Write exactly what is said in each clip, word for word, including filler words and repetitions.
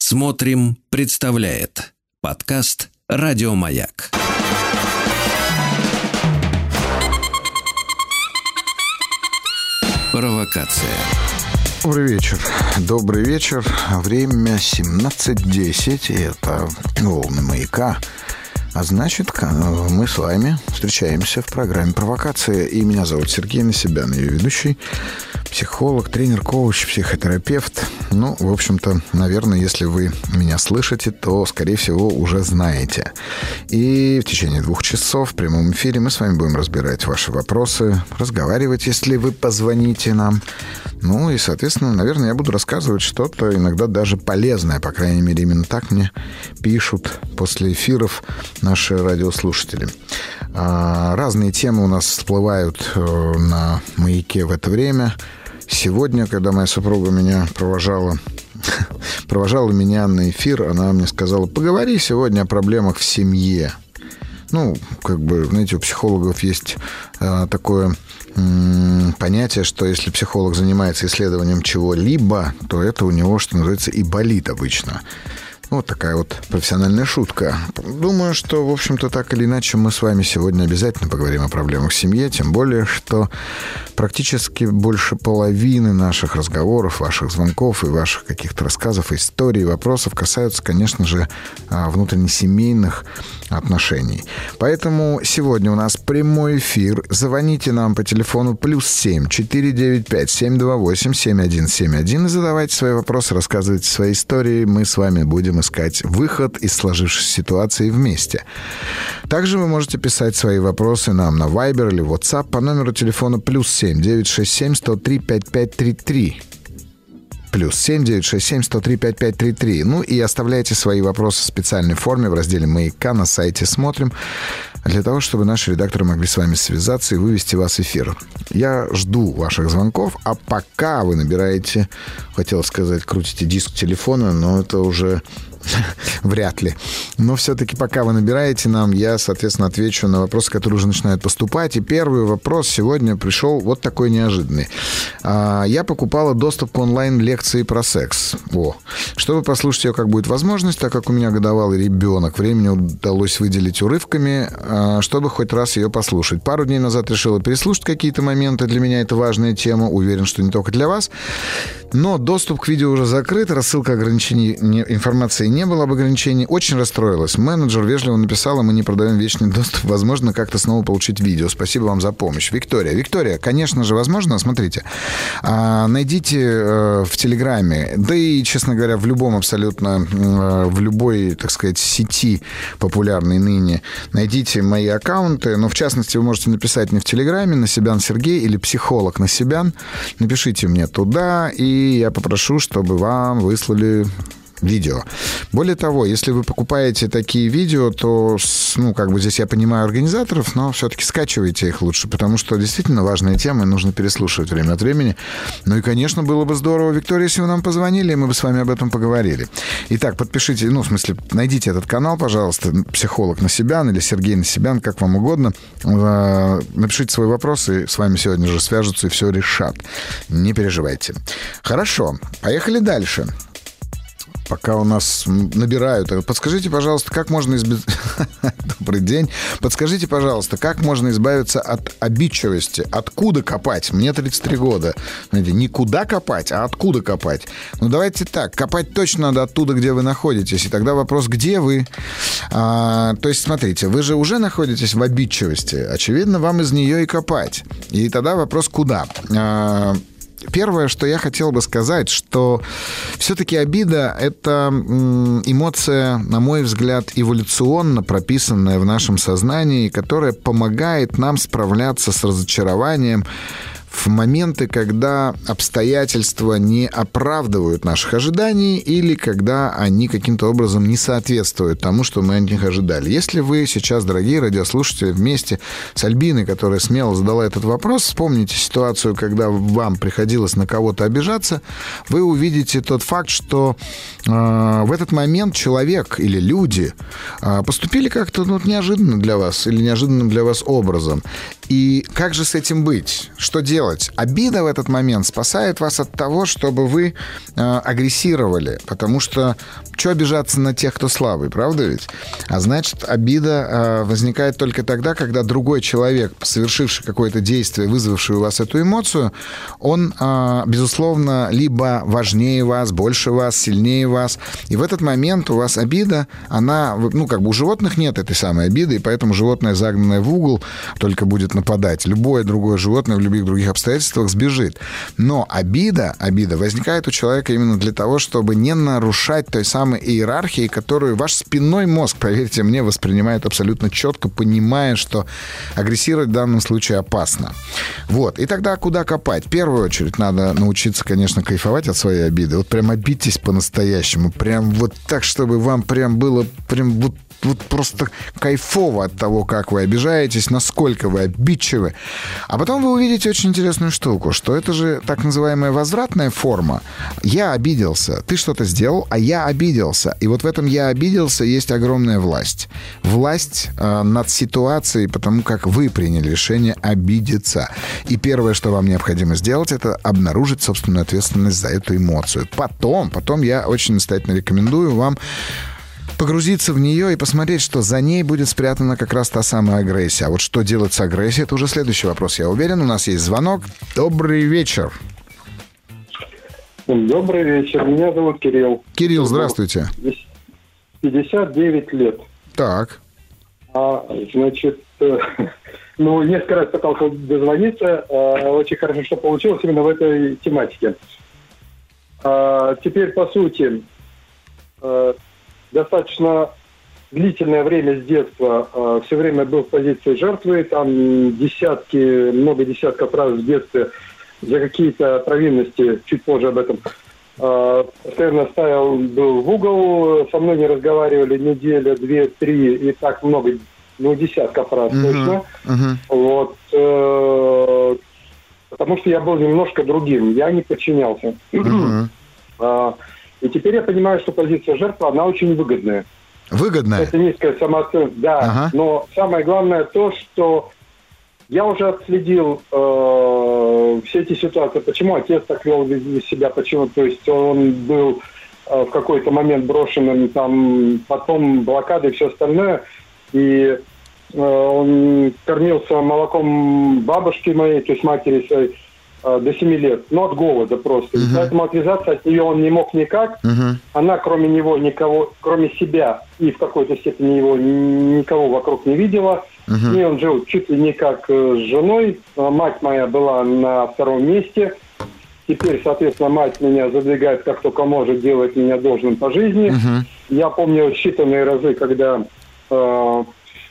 Смотрим, представляет подкаст «Радио Маяк». Провокация. Добрый вечер. Добрый вечер. Время семнадцать десять, и это волны Маяка. А значит, мы с вами встречаемся в программе «Провокация». И меня зовут Сергей Насибян, ее ведущий, психолог, тренер, коуч, психотерапевт. Ну, в общем-то, наверное, если вы меня слышите, то, скорее всего, уже знаете. И в течение двух часов в прямом эфире мы с вами будем разбирать ваши вопросы, разговаривать, если вы позвоните нам. Ну и, соответственно, наверное, я буду рассказывать что-то иногда даже полезное. По крайней мере, именно так мне пишут после эфиров наши радиослушатели. Разные темы у нас всплывают на Маяке в это время. Сегодня, когда моя супруга меня провожала, провожала меня на эфир, она мне сказала: поговори сегодня о проблемах в семье. Ну, как бы, знаете, у психологов есть э, такое м- понятие, что если психолог занимается исследованием чего-либо, то это у него, что называется, и болит обычно. Вот такая вот профессиональная шутка. Думаю, что, в общем-то, так или иначе мы с вами сегодня обязательно поговорим о проблемах в семье, тем более, что практически больше половины наших разговоров, ваших звонков и ваших каких-то рассказов, историй, вопросов касаются, конечно же, внутреннесемейных отношений. Поэтому сегодня у нас прямой эфир. Звоните нам по телефону плюс семь четыре девять пять семь два восемь семь один семь один и задавайте свои вопросы, рассказывайте свои истории. Мы с вами будем искать выход из сложившейся ситуации вместе. Также вы можете писать свои вопросы нам на Viber или WhatsApp по номеру телефона плюс семь девять шесть семь сто три пятьдесят пять тридцать три. Плюс семь девять шесть семь сто три пятьдесят пять тридцать три. Ну и оставляйте свои вопросы в специальной форме в разделе «Маяка» на сайте «Смотрим», для того, чтобы наши редакторы могли с вами связаться и вывести вас в эфир. Я жду ваших звонков, а пока вы набираете, хотел сказать, крутите диск телефона, но это уже вряд ли. Но все-таки пока вы набираете нам, я, соответственно, отвечу на вопросы, которые уже начинают поступать. И первый вопрос сегодня пришел вот такой неожиданный. Я покупала доступ к онлайн-лекции про секс. О. Чтобы послушать ее, как будет возможность, так как у меня годовалый ребенок, времени удалось выделить урывками, чтобы хоть раз ее послушать. Пару дней назад решила переслушать какие-то моменты. Для меня это важная тема. Уверен, что не только для вас. Но доступ к видео уже закрыт. Рассылка ограничений информации не было об ограничении. Очень расстроилась. Менеджер вежливо написала: мы не продаем вечный доступ. Возможно, как-то снова получить видео. Спасибо вам за помощь. Виктория. Виктория, конечно же, возможно. Смотрите. Найдите в Телеграме, да и, честно говоря, в любом абсолютно, в любой, так сказать, сети популярной ныне, найдите мои аккаунты. Но, в частности, вы можете написать мне в Телеграме Насибян Сергей или психолог Насибян. Напишите мне туда, и я попрошу, чтобы вам выслали видео. Более того, если вы покупаете такие видео, то, ну, как бы здесь я понимаю организаторов, но все-таки скачивайте их лучше, потому что действительно важные темы нужно переслушивать время от времени. Ну и, конечно, было бы здорово, Виктория, если вы нам позвонили, и мы бы с вами об этом поговорили. Итак, подпишите, ну, в смысле, найдите этот канал, пожалуйста, психолог Насибян или Сергей Насибян, как вам угодно. Напишите свой вопрос, и с вами сегодня же свяжутся и все решат. Не переживайте. Хорошо, поехали дальше. Пока у нас набирают. Подскажите, пожалуйста, как можно избавиться... Добрый день. Подскажите, пожалуйста, как можно избавиться от обидчивости? Откуда копать? Мне тридцать три года. Знаете, не куда копать, а откуда копать. Ну, давайте так. Копать точно надо оттуда, где вы находитесь. И тогда вопрос, где вы? А, то есть, смотрите, вы же уже находитесь в обидчивости. Очевидно, вам из нее и копать. И тогда вопрос, куда? А, Первое, что я хотел бы сказать, что все-таки обида – это эмоция, на мой взгляд, эволюционно прописанная в нашем сознании, которая помогает нам справляться с разочарованием в моменты, когда обстоятельства не оправдывают наших ожиданий или когда они каким-то образом не соответствуют тому, что мы от них ожидали. Если вы сейчас, дорогие радиослушатели, вместе с Альбиной, которая смело задала этот вопрос, вспомните ситуацию, когда вам приходилось на кого-то обижаться, вы увидите тот факт, что э, в этот момент человек или люди э, поступили как-то ну, неожиданно для вас или неожиданным для вас образом. И как же с этим быть? Что делать? Обида в этот момент спасает вас от того, чтобы вы э, агрессировали, потому что что обижаться на тех, кто слабый, правда ведь? А значит, обида э, возникает только тогда, когда другой человек, совершивший какое-то действие, вызвавший у вас эту эмоцию, он, э, безусловно, либо важнее вас, больше вас, сильнее вас. И в этот момент у вас обида, она, ну, как бы у животных нет этой самой обиды, и поэтому животное, загнанное в угол, только будет нападать. Любое другое животное в любых других обстоятельствах сбежит. Но обида, обида возникает у человека именно для того, чтобы не нарушать той самой иерархии, которую ваш спинной мозг, поверьте мне, воспринимает абсолютно четко, понимая, что агрессировать в данном случае опасно. Вот. И тогда куда копать? В первую очередь надо научиться, конечно, кайфовать от своей обиды. Вот прям обидьтесь по-настоящему. Прям вот так, чтобы вам прям было прям вот Вот просто кайфово от того, как вы обижаетесь, насколько вы обидчивы. А потом вы увидите очень интересную штуку, что это же так называемая возвратная форма. Я обиделся, ты что-то сделал, а я обиделся. И вот в этом «я обиделся» есть огромная власть. Власть э, над ситуацией, потому как вы приняли решение обидеться. И первое, что вам необходимо сделать, это обнаружить собственную ответственность за эту эмоцию. Потом, потом я очень настоятельно рекомендую вам погрузиться в нее и посмотреть, что за ней будет спрятана как раз та самая агрессия. А вот что делать с агрессией, это уже следующий вопрос, я уверен. У нас есть звонок. Добрый вечер. Добрый вечер. Меня зовут Кирилл. Кирилл, здравствуйте. пятьдесят девять лет. Так. А, значит, ну, несколько раз пытался дозвониться. Очень хорошо, что получилось именно в этой тематике. Теперь, по сути, достаточно длительное время с детства э, все время был в позиции жертвы. Там десятки, много десятков раз в детстве за какие-то провинности, чуть позже об этом, э, постоянно стоял, был в угол, со мной не разговаривали неделя, две, три, и так много, ну, десятков раз uh-huh. точно. Uh-huh. Вот. Э, потому что я был немножко другим, я не подчинялся. Uh-huh. э, И теперь я понимаю, что позиция жертвы, она очень выгодная. Выгодная? Это низкая самооценка, да. Ага. Но самое главное то, что я уже отследил э, все эти ситуации. Почему отец так вел себя, почему, то есть он был э, в какой-то момент брошенным, там, потом блокада и все остальное. И э, он кормился молоком бабушки моей, то есть матери своей, до семи лет, но от голода просто. Uh-huh. И поэтому отвязаться от нее он не мог никак. Uh-huh. Она, кроме него, никого, кроме себя и в какой-то степени его, никого вокруг не видела. Uh-huh. И он жил чуть ли не как с женой. Мать моя была на втором месте. Теперь, соответственно, мать меня задвигает как только может, делает меня должным по жизни. Uh-huh. Я помню считанные разы, когда э,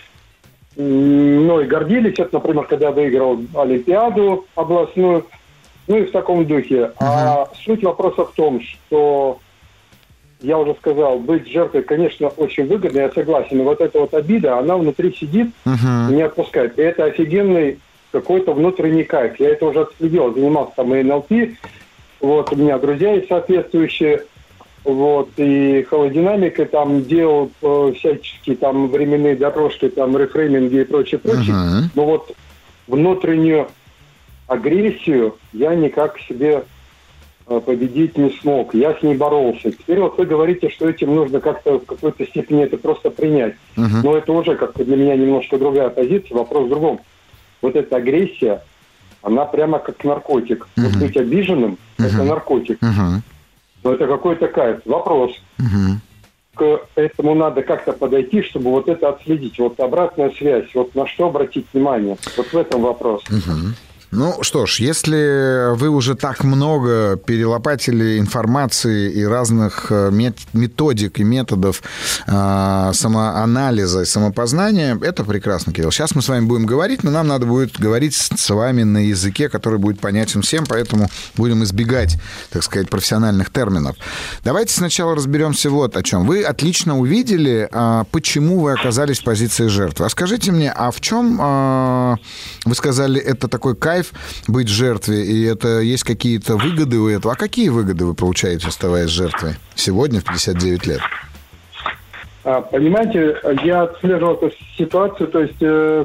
мной гордились. Это, например, когда я выиграл Олимпиаду областную. Ну и в таком духе. Uh-huh. А суть вопроса в том, что я уже сказал, быть жертвой, конечно, очень выгодно, я согласен. Но вот эта вот обида, она внутри сидит uh-huh. и не отпускает. И это офигенный какой-то внутренний кайф. Я это уже отследил, занимался там и эн эл пи. Вот, у меня друзья есть соответствующие. Вот, и холодинамикой там делал э, всяческие там временные дорожки, там рефрейминги и прочее, прочее. Uh-huh. Но вот внутреннюю агрессию я никак себе э, победить не смог. Я с ней боролся. Теперь вот вы говорите, что этим нужно как-то в какой-то степени это просто принять. Uh-huh. Но это уже как-то для меня немножко другая позиция. Вопрос в другом. Вот эта агрессия, она прямо как наркотик. Uh-huh. Вот быть обиженным uh-huh. это наркотик. Uh-huh. Но это какой-то кайф. Вопрос. Uh-huh. К этому надо как-то подойти, чтобы вот это отследить. Вот обратная связь. Вот на что обратить внимание. Вот в этом вопрос. Uh-huh. Ну что ж, если вы уже так много перелопатили информации и разных методик и методов э, самоанализа и самопознания, это прекрасно, Кирилл. Сейчас мы с вами будем говорить, но нам надо будет говорить с вами на языке, который будет понятен всем, поэтому будем избегать, так сказать, профессиональных терминов. Давайте сначала разберемся вот о чем. Вы отлично увидели, э, почему вы оказались в позиции жертвы. А скажите мне, а в чем, э, вы сказали, это такой кайф, быть жертвой, и это есть какие-то выгоды у этого. А какие выгоды вы получаете, оставаясь жертвой сегодня в пятьдесят девять лет? Понимаете, я отслеживал эту ситуацию, то есть э,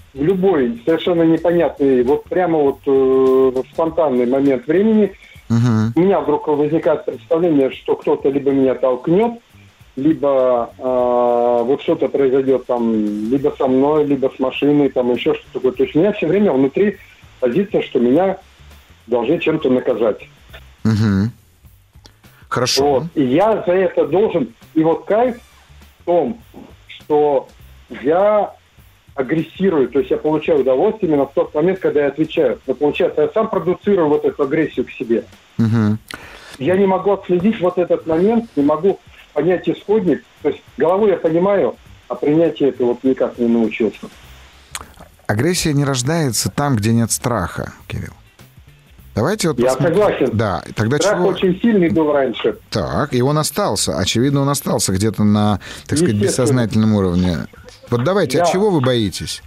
в любой совершенно непонятный, вот прямо вот э, спонтанный момент времени uh-huh. у меня вдруг возникает представление, что кто-то либо меня толкнет, либо э, вот что-то произойдет там либо со мной, либо с машиной, там еще что-то такое. То есть у меня все время внутри позиция, что меня должны чем-то наказать. Угу. Хорошо. Вот. И я за это должен... И вот кайф в том, что я агрессирую, то есть я получаю удовольствие именно в тот момент, когда я отвечаю. Но получается, я сам продуцирую вот эту агрессию к себе. Угу. Я не могу отследить вот этот момент, не могу понять исходник. То есть головой я понимаю, а принятие это вот никак не научился. Агрессия не рождается там, где нет страха, Кирилл. Давайте вот я посмотрим. Согласен. Да, тогда страх чего... очень сильный был раньше. Так, и он остался. Очевидно, он остался где-то на, так сказать, бессознательном уровне. Вот давайте, да. От чего вы боитесь?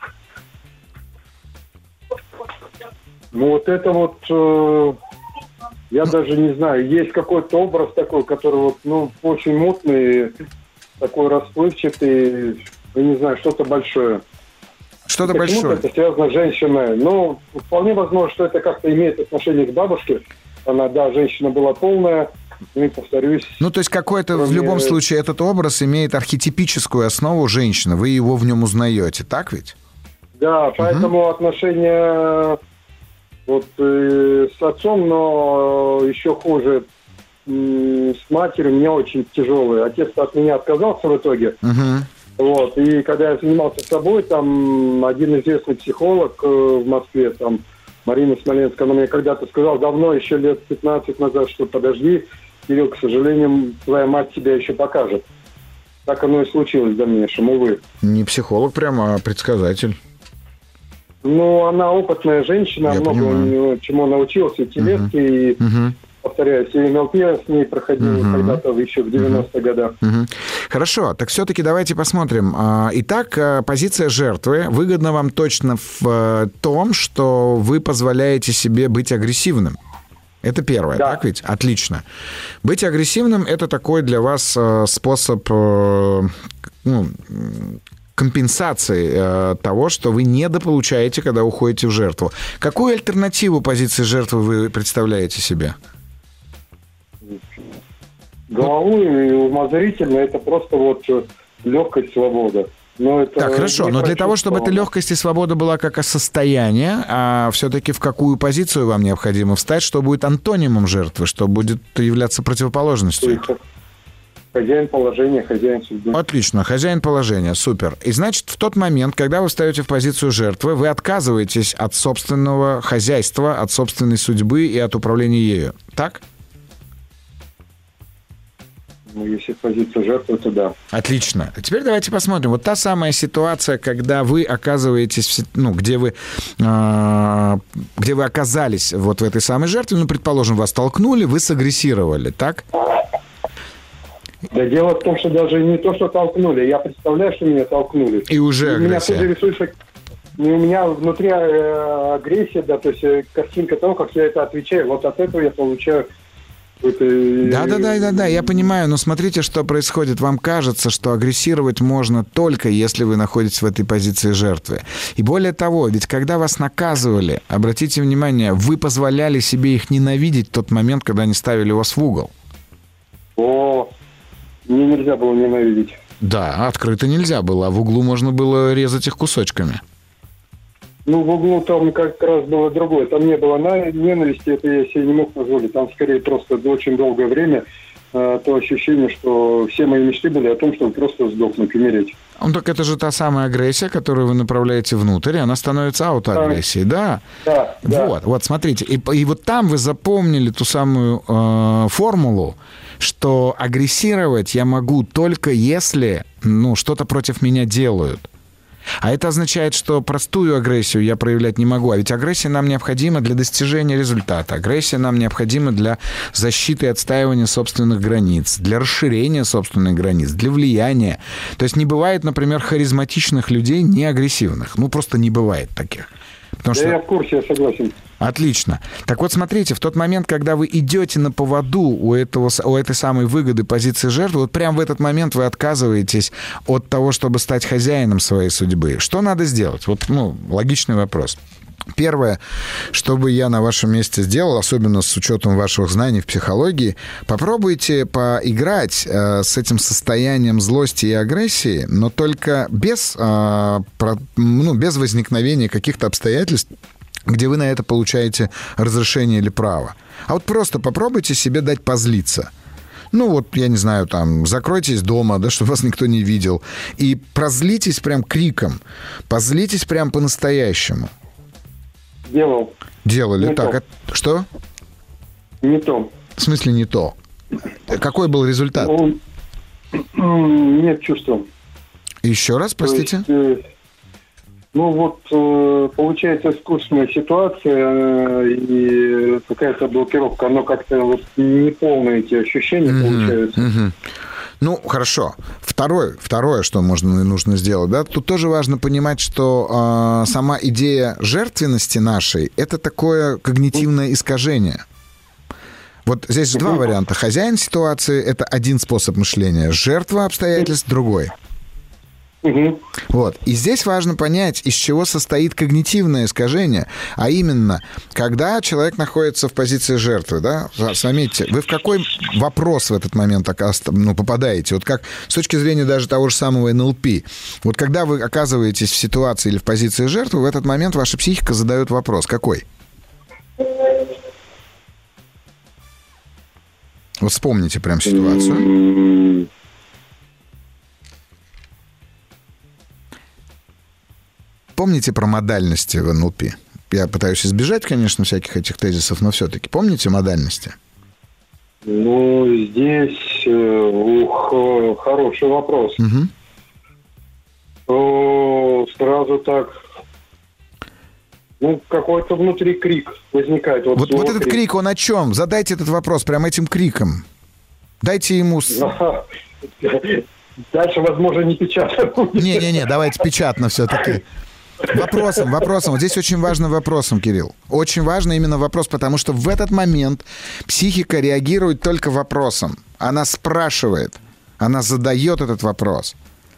Ну, вот это вот... Э, я ну... даже не знаю. Есть какой-то образ такой, который вот, ну, очень мутный, такой расплывчатый, я не знаю, что-то большое. Что-то Почему-то большое. это связано с женщиной. Ну, вполне возможно, что это как-то имеет отношение к бабушке. Она, да, женщина была полная, ну и повторюсь. Ну, то есть какой-то, кроме... в любом случае, этот образ имеет архетипическую основу женщины. Вы его в нем узнаете, так ведь? Да, поэтому угу. отношения вот э, с отцом, но еще хуже э, с матерью, у меня очень тяжелые. Отец от меня отказался в итоге. Угу. Вот, и когда я занимался собой, там один известный психолог э, в Москве, там Марина Смоленская, она мне когда-то сказала, давно, еще лет пятнадцать назад, что подожди, Кирилл, к сожалению, твоя мать тебя еще покажет. Так оно и случилось в дальнейшем, увы. Не психолог прямо, а предсказатель. Ну, она опытная женщина, я много чему научилась, и телески, uh-huh. и... Uh-huh. Повторяюсь, и эн эл пи с ней проходил uh-huh. когда-то еще в девяностых uh-huh. годах. Uh-huh. Хорошо, так все-таки давайте посмотрим. Итак, позиция жертвы выгодна вам точно в том, что вы позволяете себе быть агрессивным. Это первое, да. Так ведь? Отлично. Быть агрессивным – это такой для вас способ, ну, компенсации того, что вы недополучаете, когда уходите в жертву. Какую альтернативу позиции жертвы вы представляете себе? Головой и умозрительно это просто вот легкость, свобода. Но это так, хорошо, но для того, чтобы эта легкость и свобода была как состояние, а все-таки в какую позицию вам необходимо встать, что будет антонимом жертвы, что будет являться противоположностью? Хозяин положения, хозяин судьбы. Отлично, хозяин положения, супер. И значит, в тот момент, когда вы встаете в позицию жертвы, вы отказываетесь от собственного хозяйства, от собственной судьбы и от управления ею, так? Ну, если позиция жертвы, то да. Отлично. А теперь давайте посмотрим. Вот та самая ситуация, когда вы оказываетесь, ну, где вы, э, где вы оказались вот в этой самой жертве, ну, предположим, вас толкнули, вы сагрессировали, так? Да дело в том, что даже не то, что толкнули. Я представляю, что меня толкнули. И уже агрессия. У меня тоже рисуется... У меня внутри э, агрессия, да, то есть э, картинка того, как я это отвечаю. Вот от этого я получаю... Да, да, да, да, да, я понимаю, но смотрите, что происходит. Вам кажется, что агрессировать можно только если вы находитесь в этой позиции жертвы. И более того, ведь когда вас наказывали, обратите внимание, вы позволяли себе их ненавидеть в тот момент, когда они ставили вас в угол. О, мне нельзя было ненавидеть. Да, открыто нельзя было, а в углу можно было резать их кусочками. Ну, в углу там как раз было другое. Там не было ненависти, это я себе не мог позволить. Там скорее просто очень долгое время э, то ощущение, что все мои мечты были о том, чтобы просто сдохнуть, умереть. Ну, так это же та самая агрессия, которую вы направляете внутрь, она становится аутоагрессией, да? Да, да. Вот, вот, смотрите, и, и вот там вы запомнили ту самую э, формулу, что агрессировать я могу только если, ну, что-то против меня делают. А это означает, что простую агрессию я проявлять не могу. А ведь агрессия нам необходима для достижения результата. Агрессия нам необходима для защиты и отстаивания собственных границ, для расширения собственных границ, для влияния. То есть не бывает, например, харизматичных людей не агрессивных. Ну, просто не бывает таких. Потому да что... я в курсе, я согласен. Отлично. Так вот, смотрите, в тот момент, когда вы идете на поводу у, этого, у этой самой выгоды позиции жертвы, вот прямо в этот момент вы отказываетесь от того, чтобы стать хозяином своей судьбы. Что надо сделать? Вот, ну, логичный вопрос. Первое, что бы я на вашем месте сделал, особенно с учетом ваших знаний в психологии, попробуйте поиграть э, с этим состоянием злости и агрессии, но только без, э, про, ну, без возникновения каких-то обстоятельств, где вы на это получаете разрешение или право. А вот просто попробуйте себе дать позлиться. Ну вот, я не знаю, там, закройтесь дома, да, чтобы вас никто не видел, и прозлитесь прям криком, позлитесь прям по-настоящему. Делал. Делали. Не так, то. а... что? Не то. В смысле не то? Какой был результат? Ну, нет чувства. Еще раз, простите? То есть, э, ну вот, э, получается скучная ситуация э, и какая-то блокировка, но как-то вот неполные эти ощущения mm-hmm. получаются. Mm-hmm. Ну, хорошо. Второе, второе, что можно и нужно сделать, да, тут тоже важно понимать, что э, сама идея жертвенности нашей – это такое когнитивное искажение. Вот здесь два варианта. Хозяин ситуации – это один способ мышления, жертва обстоятельств – другой. Угу. Вот. И здесь важно понять, из чего состоит когнитивное искажение, а именно, когда человек находится в позиции жертвы, да, заметьте, вы в какой вопрос в этот момент ну, попадаете? Вот как с точки зрения даже того же самого эн эл пи. Вот когда вы оказываетесь в ситуации или в позиции жертвы, в этот момент ваша психика задает вопрос. Какой? Вот вспомните прям ситуацию. Помните про модальности в эн эл пи? Я пытаюсь избежать, конечно, всяких этих тезисов, но все-таки помните модальности? Ну, здесь ух, хороший вопрос. Угу. О, сразу так... Ну, какой-то внутри крик возникает. Вот, вот, вот этот крик. крик, он о чем? Задайте этот вопрос прямо этим криком. Дайте ему... Дальше, возможно, не печатно. Не-не-не, давайте печатно все-таки. Вопросом, вопросом. Вот здесь очень важно вопросом, Кирилл. Очень важно именно вопрос, потому что в этот момент психика реагирует только вопросом. Она спрашивает, она задает этот вопрос.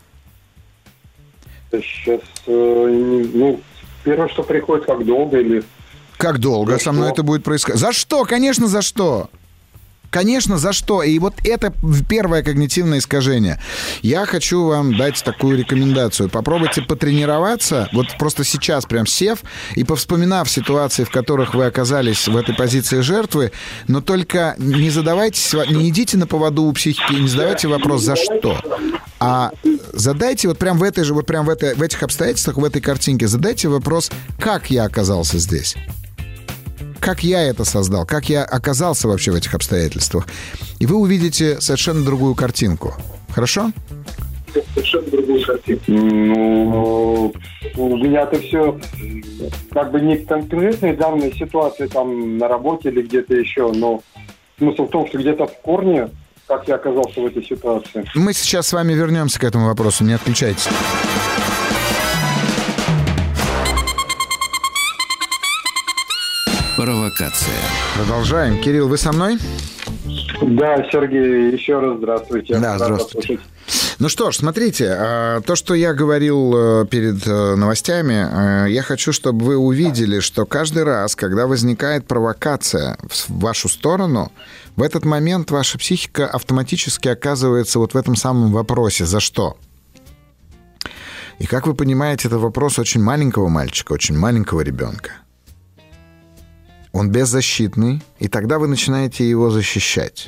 Сейчас, ну, первое, что приходит, как долго или... Как долго со мной это будет происходить? За что? Конечно, за что? Конечно, за что? И вот это первое когнитивное искажение. Я хочу вам дать такую рекомендацию. Попробуйте потренироваться, вот просто сейчас прям сев и повспоминав ситуации, в которых вы оказались в этой позиции жертвы, но только не задавайтесь, не идите на поводу у психики, не задавайте вопрос «за что?», а задайте вот прям в этой же, вот прям в, этой, в этих обстоятельствах, в этой картинке, задайте вопрос «как я оказался здесь?». Как я это создал, как я оказался вообще в этих обстоятельствах. И вы увидите совершенно другую картинку. Хорошо? Совершенно другую картинку. Ну, у меня-то все как бы не конкретные данные ситуации там на работе или где-то еще, но смысл в том, что где-то в корне, как я оказался в этой ситуации. Мы сейчас с вами вернемся к этому вопросу, не отключайтесь. Провокация. Продолжаем. Кирилл, вы со мной? Да, Сергей, еще раз здравствуйте. Да, здравствуйте. Ну что ж, смотрите, то, что я говорил перед новостями, я хочу, чтобы вы увидели, что каждый раз, когда возникает провокация в вашу сторону, в этот момент ваша психика автоматически оказывается вот в этом самом вопросе «за что?». И, как вы понимаете, это вопрос очень маленького мальчика, очень маленького ребенка. Он беззащитный, и тогда вы начинаете его защищать.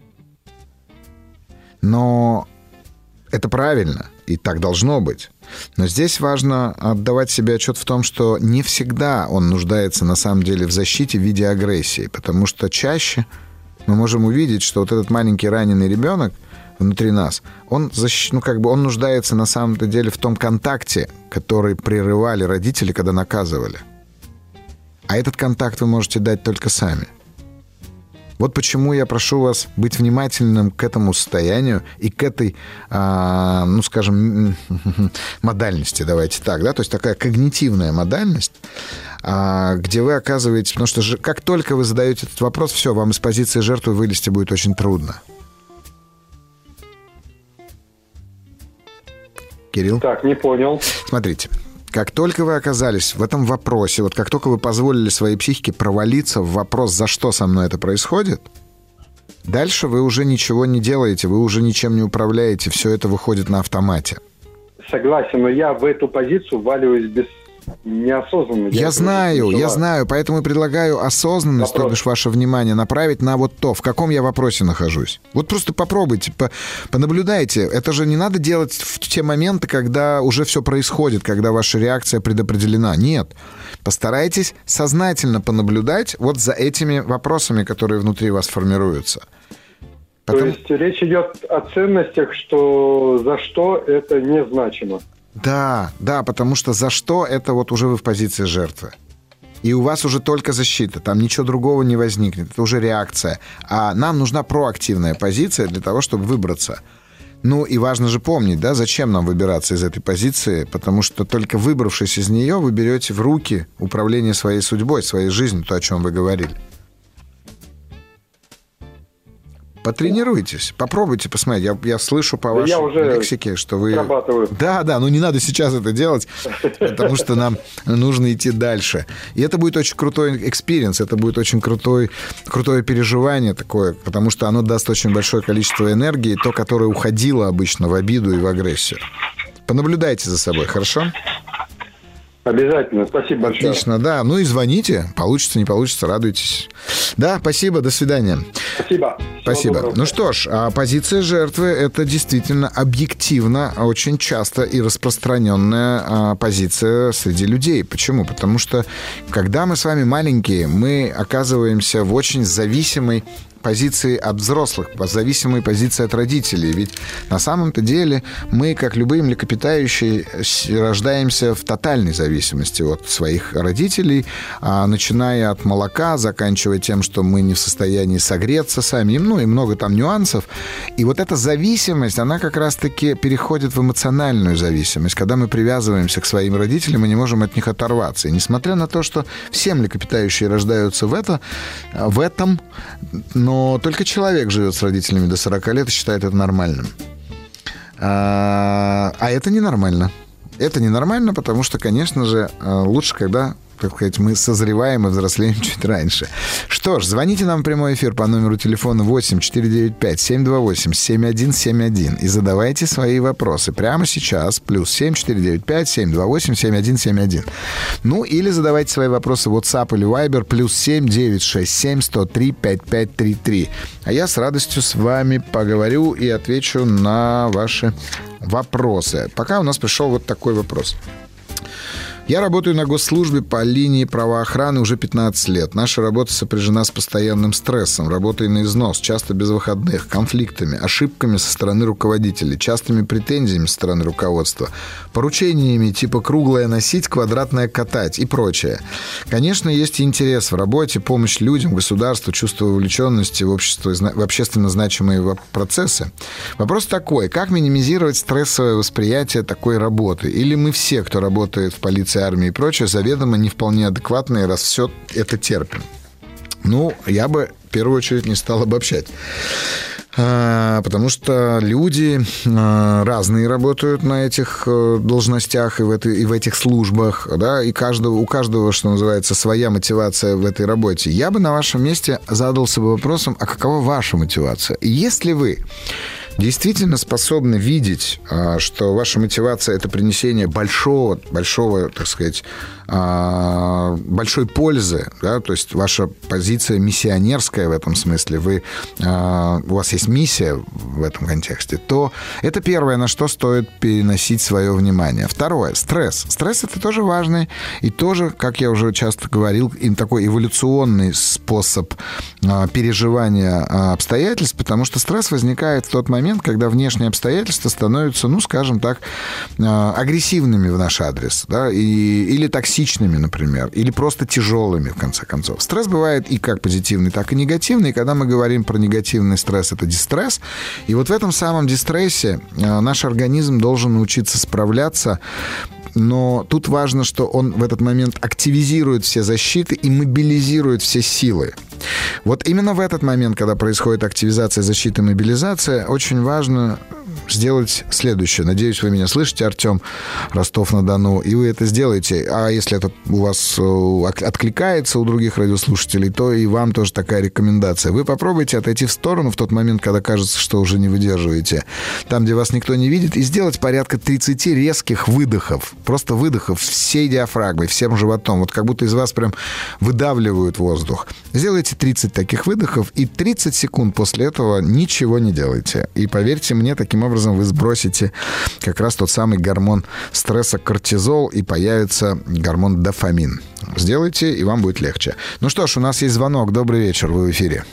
Но это правильно, и так должно быть. Но здесь важно отдавать себе отчет в том, что не всегда он нуждается на самом деле в защите в виде агрессии, потому что чаще мы можем увидеть, что вот этот маленький раненый ребенок внутри нас, он, защ... ну, как бы он нуждается на самом-то деле в том контакте, который прерывали родители, когда наказывали. А этот контакт вы можете дать только сами. Вот почему я прошу вас быть внимательным к этому состоянию и к этой, а, ну, скажем, модальности, давайте так, да, то есть такая когнитивная модальность, а, где вы оказываетесь, потому что же, как только вы задаете этот вопрос, все, вам из позиции жертвы вылезти будет очень трудно. Кирилл? Так, не понял. Смотрите. Как только вы оказались в этом вопросе, вот как только вы позволили своей психике провалиться в вопрос, за что со мной это происходит, дальше вы уже ничего не делаете, вы уже ничем не управляете, все это выходит на автомате. Согласен, но я в эту позицию вваливаюсь без... неосознанно. Я, я знаю, я знаю, поэтому и предлагаю осознанность, то бишь ваше внимание направить на вот то, в каком я вопросе нахожусь. Вот просто попробуйте, по, понаблюдайте. Это же не надо делать в те моменты, когда уже все происходит, когда ваша реакция предопределена. Нет. Постарайтесь сознательно понаблюдать вот за этими вопросами, которые внутри вас формируются. Потом... То есть речь идет о ценностях, что за что это не значимо. Да, да, потому что за что это вот уже вы в позиции жертвы. И у вас уже только защита, там ничего другого не возникнет, это уже реакция. А нам нужна проактивная позиция для того, чтобы выбраться. Ну и важно же помнить, да, зачем нам выбираться из этой позиции, потому что только выбравшись из нее, вы берете в руки управление своей судьбой, своей жизнью, то, о чем вы говорили. Потренируйтесь, попробуйте посмотреть. Я, я слышу по вашей лексике, что вы... Да, да, но не надо сейчас это делать, потому что нам нужно идти дальше. И это будет очень крутой экспириенс, это будет очень крутой, крутое переживание такое, потому что оно даст очень большое количество энергии, то, которое уходило обычно в обиду и в агрессию. Понаблюдайте за собой, хорошо? Обязательно. Спасибо большое. Отлично, да. Ну и звоните. Получится, не получится, радуйтесь. Да, спасибо, до свидания. Спасибо. Спасибо. Ну что ж, а позиция жертвы – это действительно объективно, очень часто и распространенная а, позиция среди людей. Почему? Потому что, когда мы с вами маленькие, мы оказываемся в очень зависимой позиции от взрослых, зависимой позиции от родителей. Ведь на самом-то деле мы, как любые млекопитающие, рождаемся в тотальной зависимости от своих родителей, начиная от молока, заканчивая тем, что мы не в состоянии согреться сами, ну и много там нюансов. И вот эта зависимость, она как раз-таки переходит в эмоциональную зависимость. Когда мы привязываемся к своим родителям, мы не можем от них оторваться. И несмотря на то, что все млекопитающие рождаются в, это, в этом, но Но только человек живет с родителями до сорока лет и считает это нормальным. А, а это ненормально. Это ненормально, потому что, конечно же, лучше, когда, так сказать, мы созреваем и взрослеем чуть раньше. Что ж, звоните нам в прямой эфир по номеру телефона восемь четыре девять пять семь два восемь семь один семь один и задавайте свои вопросы прямо сейчас. Плюс семь четыре девять пять семь два восемь семь один семь один. Ну, или задавайте свои вопросы в WhatsApp или Viber. Плюс семь девять шесть семь сто три пятьдесят пять тридцать три. А я с радостью с вами поговорю и отвечу на ваши вопросы. Пока у нас пришел вот такой вопрос. Я работаю на госслужбе по линии правоохраны уже пятнадцать лет. Наша работа сопряжена с постоянным стрессом, работой на износ, часто без выходных, конфликтами, ошибками со стороны руководителей, частыми претензиями со стороны руководства, поручениями типа «круглое носить, квадратное катать» и прочее. Конечно, есть и интерес в работе, помощь людям, государству, чувство вовлеченности в, общество, в общественно значимые процессы. Вопрос такой: как минимизировать стрессовое восприятие такой работы? Или мы все, кто работает в полиции, армии и прочее, заведомо не вполне адекватные, раз все это терпим? Ну, я бы в первую очередь не стал обобщать. А, потому что люди а, разные работают на этих а, должностях и в, этой, и в этих службах, да, и каждого, у каждого, что называется, своя мотивация в этой работе. Я бы на вашем месте задался бы вопросом: а какова ваша мотивация? И если вы действительно способны видеть, что ваша мотивация – это принесение большого, большого, так сказать, большой пользы, да, то есть ваша позиция миссионерская в этом смысле, вы, у вас есть миссия в этом контексте, то это первое, на что стоит переносить свое внимание. Второе – стресс. Стресс – это тоже важный и тоже, как я уже часто говорил, им такой эволюционный способ переживания обстоятельств, потому что стресс возникает в тот момент, когда внешние обстоятельства становятся, ну, скажем так, агрессивными в наш адрес, да, и, или токсичными токсичными, например, или просто тяжелыми, в конце концов. Стресс бывает и как позитивный, так и негативный. И когда мы говорим про негативный стресс, это дистресс. И вот в этом самом дистрессе наш организм должен научиться справляться. Но тут важно, что он в этот момент активизирует все защиты и мобилизирует все силы. Вот именно в этот момент, когда происходит активизация защиты и мобилизация, очень важно сделать следующее. Надеюсь, вы меня слышите, Артем, Ростов-на-Дону, и вы это сделаете. А если это у вас откликается у других радиослушателей, то и вам тоже такая рекомендация. Вы попробуйте отойти в сторону в тот момент, когда кажется, что уже не выдерживаете, там, где вас никто не видит, и сделать порядка тридцать резких выдохов. Просто выдохов всей диафрагмой, всем животом. Вот как будто из вас прям выдавливают воздух. Сделайте тридцать таких выдохов, и тридцать секунд после этого ничего не делайте. И поверьте мне, таким образом вы сбросите как раз тот самый гормон стресса кортизол, и появится гормон дофамин. Сделайте, и вам будет легче. Ну что ж, у нас есть звонок. Добрый вечер, вы в эфире.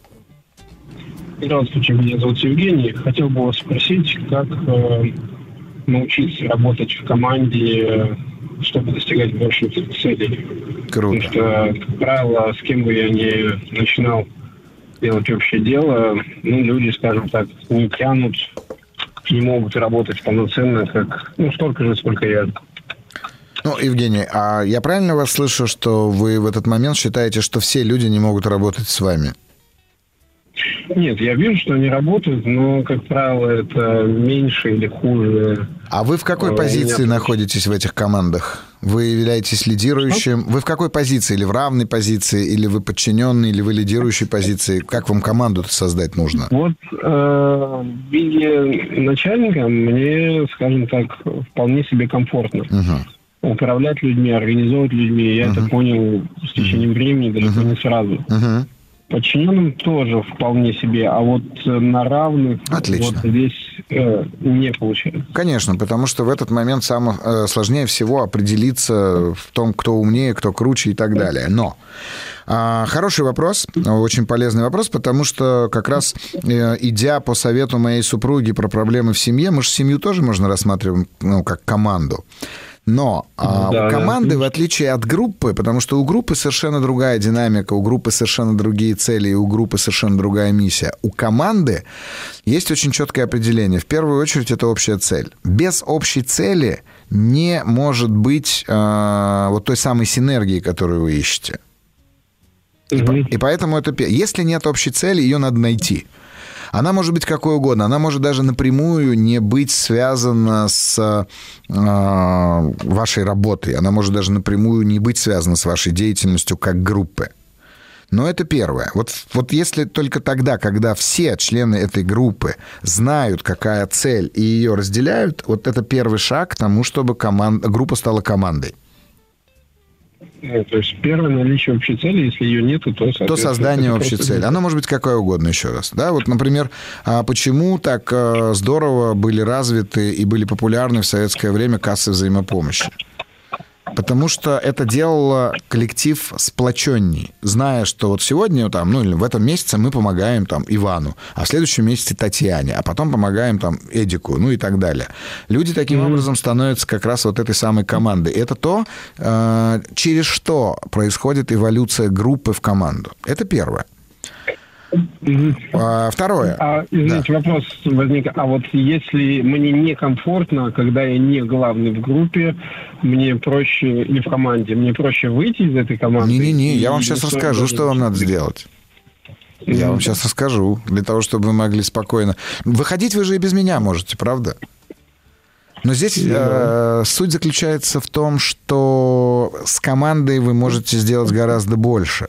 Здравствуйте, меня зовут Евгений. Хотел бы вас спросить, как э, научиться работать в команде, чтобы достигать больших целей. Круто. Потому что, как правило, с кем бы я ни начинал делать общее дело, ну, люди, скажем так, не тянут, не могут работать полноценно, как, ну, столько же, сколько я. Ну, Евгений, а я правильно вас слышу, что вы в этот момент считаете, что все люди не могут работать с вами? Нет, я вижу, что они работают, но, как правило, это меньше или хуже. А вы в какой позиции меня... находитесь в этих командах? Вы являетесь лидирующим? Что? Вы в какой позиции? Или в равной позиции? Или вы подчиненный? Или вы лидирующей позиции? Как вам команду-то создать нужно? Вот э, в виде начальника мне, скажем так, вполне себе комфортно. Угу. Управлять людьми, организовывать людьми. Я угу. это понял с течением времени, далеко угу. не сразу. Угу. Подчиненным тоже вполне себе, а вот на равных Отлично. Вот здесь э, не получается. Конечно, потому что в этот момент самое э, сложнее всего определиться в том, кто умнее, кто круче и так далее. Но э, хороший вопрос, очень полезный вопрос, потому что как раз э, идя по совету моей супруги про проблемы в семье, мы же семью тоже можно рассматривать, ну, как команду. Но а, да, у команды, да. в отличие от группы, потому что у группы совершенно другая динамика, у группы совершенно другие цели, и у группы совершенно другая миссия. У команды есть очень четкое определение. В первую очередь, это общая цель. Без общей цели не может быть а, вот той самой синергии, которую вы ищете. Угу. И, по, и поэтому это... Если нет общей цели, ее надо найти. Она может быть какой угодно. Она может даже напрямую не быть связана с э, вашей работой. Она может даже напрямую не быть связана с вашей деятельностью как группы. Но это первое. Вот, вот если только тогда, когда все члены этой группы знают, какая цель, и ее разделяют, вот это первый шаг к тому, чтобы команда, группа стала командой. Ну, то есть первое наличие общей цели, если ее нет, то... То создание общей цели. Оно может быть какое угодно, еще раз. Да? Вот, например, почему так здорово были развиты и были популярны в советское время кассы взаимопомощи? Потому что это делало коллектив сплоченней, зная, что вот сегодня, там, ну, или в этом месяце мы помогаем там, Ивану, а в следующем месяце Татьяне, а потом помогаем там, Эдику, ну и так далее. Люди таким mm-hmm. образом становятся как раз вот этой самой командой. Это то, э, через что происходит эволюция группы в команду. Это первое. Mm-hmm. А, второе. А, извините, да. вопрос возник. А вот если мне некомфортно, когда я не главный в группе, мне проще, или в команде, мне проще выйти из этой команды? Не-не-не, я вам сейчас расскажу, что вам надо сделать. Mm-hmm. Я вам сейчас расскажу, для того, чтобы вы могли спокойно... Выходить вы же и без меня можете, правда? Но здесь mm-hmm. э, суть заключается в том, что с командой вы можете сделать гораздо больше.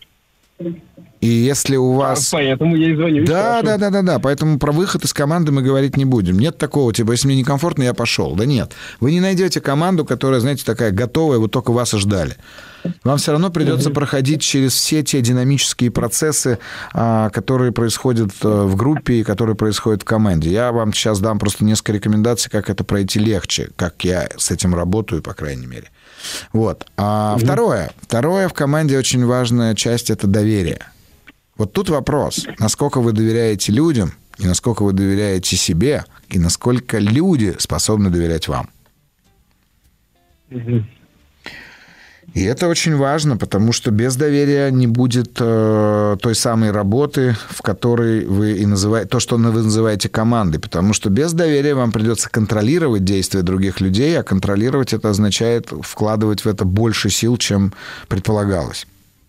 И если у вас... А, поэтому я и звоню. Да, да, да, да, да. Поэтому про выход из команды мы говорить не будем. Нет такого, типа, если мне некомфортно, я пошел. Да нет. Вы не найдете команду, которая, знаете, такая готовая, вот только вас и ждали. Вам все равно придется mm-hmm. проходить через все те динамические процессы, которые происходят в группе и которые происходят в команде. Я вам сейчас дам просто несколько рекомендаций, как это пройти легче, как я с этим работаю, по крайней мере. Вот. А mm-hmm. второе. Второе в команде очень важная часть – это доверие. Вот тут вопрос, насколько вы доверяете людям, и насколько вы доверяете себе, и насколько люди способны доверять вам. Mm-hmm. И это очень важно, потому что без доверия не будет э, той самой работы, в которой вы и называете, то, что вы называете командой, потому что без доверия вам придется контролировать действия других людей, а контролировать это означает вкладывать в это больше сил, чем предполагалось.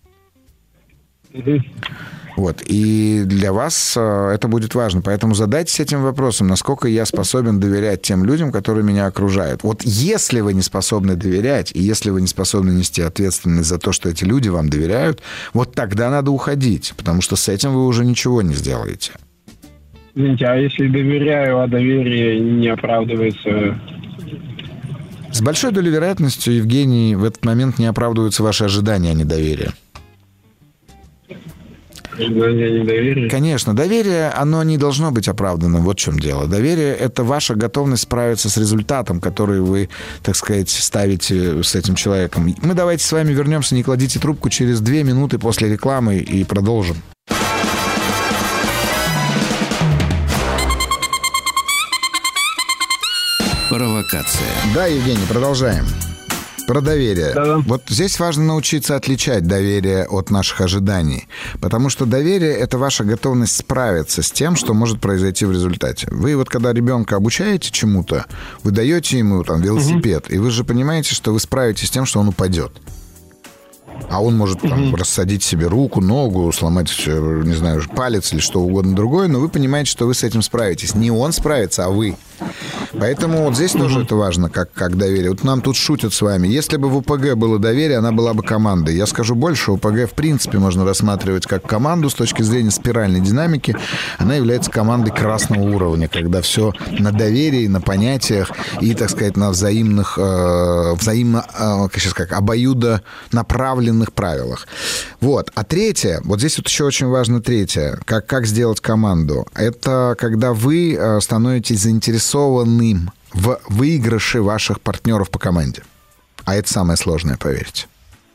Вот. И для вас это будет важно. Поэтому задайтесь этим вопросом, насколько я способен доверять тем людям, которые меня окружают. Вот если вы не способны доверять, и если вы не способны нести ответственность за то, что эти люди вам доверяют, вот тогда надо уходить, потому что с этим вы уже ничего не сделаете. Извините, а если доверяю, а доверие не оправдывается? С большой долей вероятностью, Евгений, в этот момент не оправдываются ваши ожидания, а не доверие. Недоверие. Конечно, доверие, оно не должно быть оправданным. Вот в чем дело. Доверие – это ваша готовность справиться с результатом, который вы, так сказать, ставите с этим человеком. Мы давайте с вами вернемся, не кладите трубку, через две минуты после рекламы и продолжим. Провокация. Да, Евгений, продолжаем. Про доверие. Да. Вот здесь важно научиться отличать доверие от наших ожиданий. Потому что доверие – это ваша готовность справиться с тем, что может произойти в результате. Вы вот когда ребенка обучаете чему-то, вы даете ему там велосипед, угу. и вы же понимаете, что вы справитесь с тем, что он упадет. А он может там угу. рассадить себе руку, ногу, сломать, не знаю, палец или что угодно другое, но вы понимаете, что вы с этим справитесь. Не он справится, а вы. Поэтому вот здесь тоже это важно, как, как доверие. Вот нам тут шутят с вами. Если бы в ОПГ было доверие, она была бы командой. Я скажу больше, ОПГ в принципе можно рассматривать как команду с точки зрения спиральной динамики. Она является командой красного уровня, когда все на доверии, на понятиях и, так сказать, на взаимных, э, взаимно, э, как сейчас как, обоюдо направленных правилах. Вот. А третье, вот здесь вот еще очень важно третье, как, как сделать команду. Это когда вы становитесь заинтересованы в выигрыше ваших партнеров по команде. А это самое сложное, поверьте.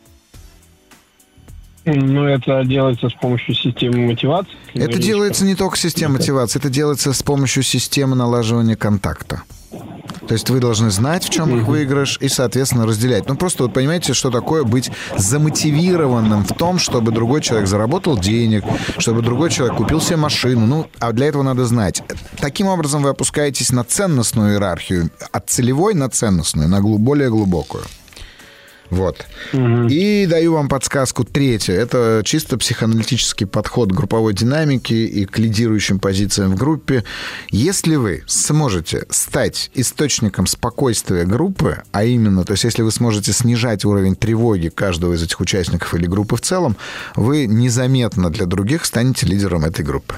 Ну, это делается с помощью системы мотивации? Это делается не только системой мотивации, это делается с помощью системы налаживания контакта. То есть вы должны знать, в чем их выигрыш, и, соответственно, разделять. Ну, просто вот понимаете, что такое быть замотивированным в том, чтобы другой человек заработал денег, чтобы другой человек купил себе машину. Ну, а для этого надо знать. Таким образом, вы опускаетесь на ценностную иерархию, от целевой на ценностную, на более глубокую. Вот. Угу. И даю вам подсказку третью. Это чисто психоаналитический подход к групповой динамике и к лидирующим позициям в группе. Если вы сможете стать источником спокойствия группы, а именно, то есть если вы сможете снижать уровень тревоги каждого из этих участников или группы в целом, вы незаметно для других станете лидером этой группы.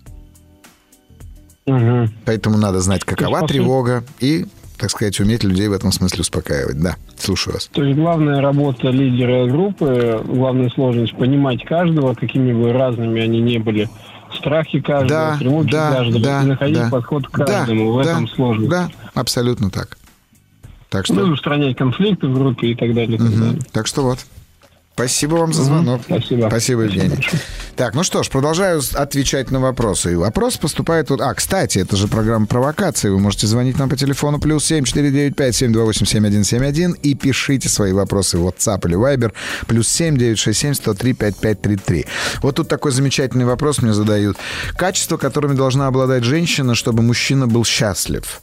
Угу. Поэтому надо знать, какова тревога и, так сказать, уметь людей в этом смысле успокаивать. Да, слушаю вас. То есть главная работа лидера группы, главная сложность понимать каждого, какими бы разными они ни были, страхи каждого, да, тревоги да, каждого, да, и находить да, подход к каждому. Да, в этом да, сложность. Да, абсолютно так. Так что... Ну, устранять конфликты в группе и так далее. И угу. так далее. Так что вот. Спасибо вам за звонок. Спасибо. Спасибо, Евгений. Так, ну что ж, продолжаю отвечать на вопросы. И вопрос поступает вот... А, кстати, это же программа «Провокации». Вы можете звонить нам по телефону плюс семь четыре девять пять семь два восемь семь один семь один и пишите свои вопросы в WhatsApp или Viber плюс семь девять шесть семь сто три пятьдесят пять тридцать три. Вот тут такой замечательный вопрос мне задают. Качества, которыми должна обладать женщина, чтобы мужчина был счастлив?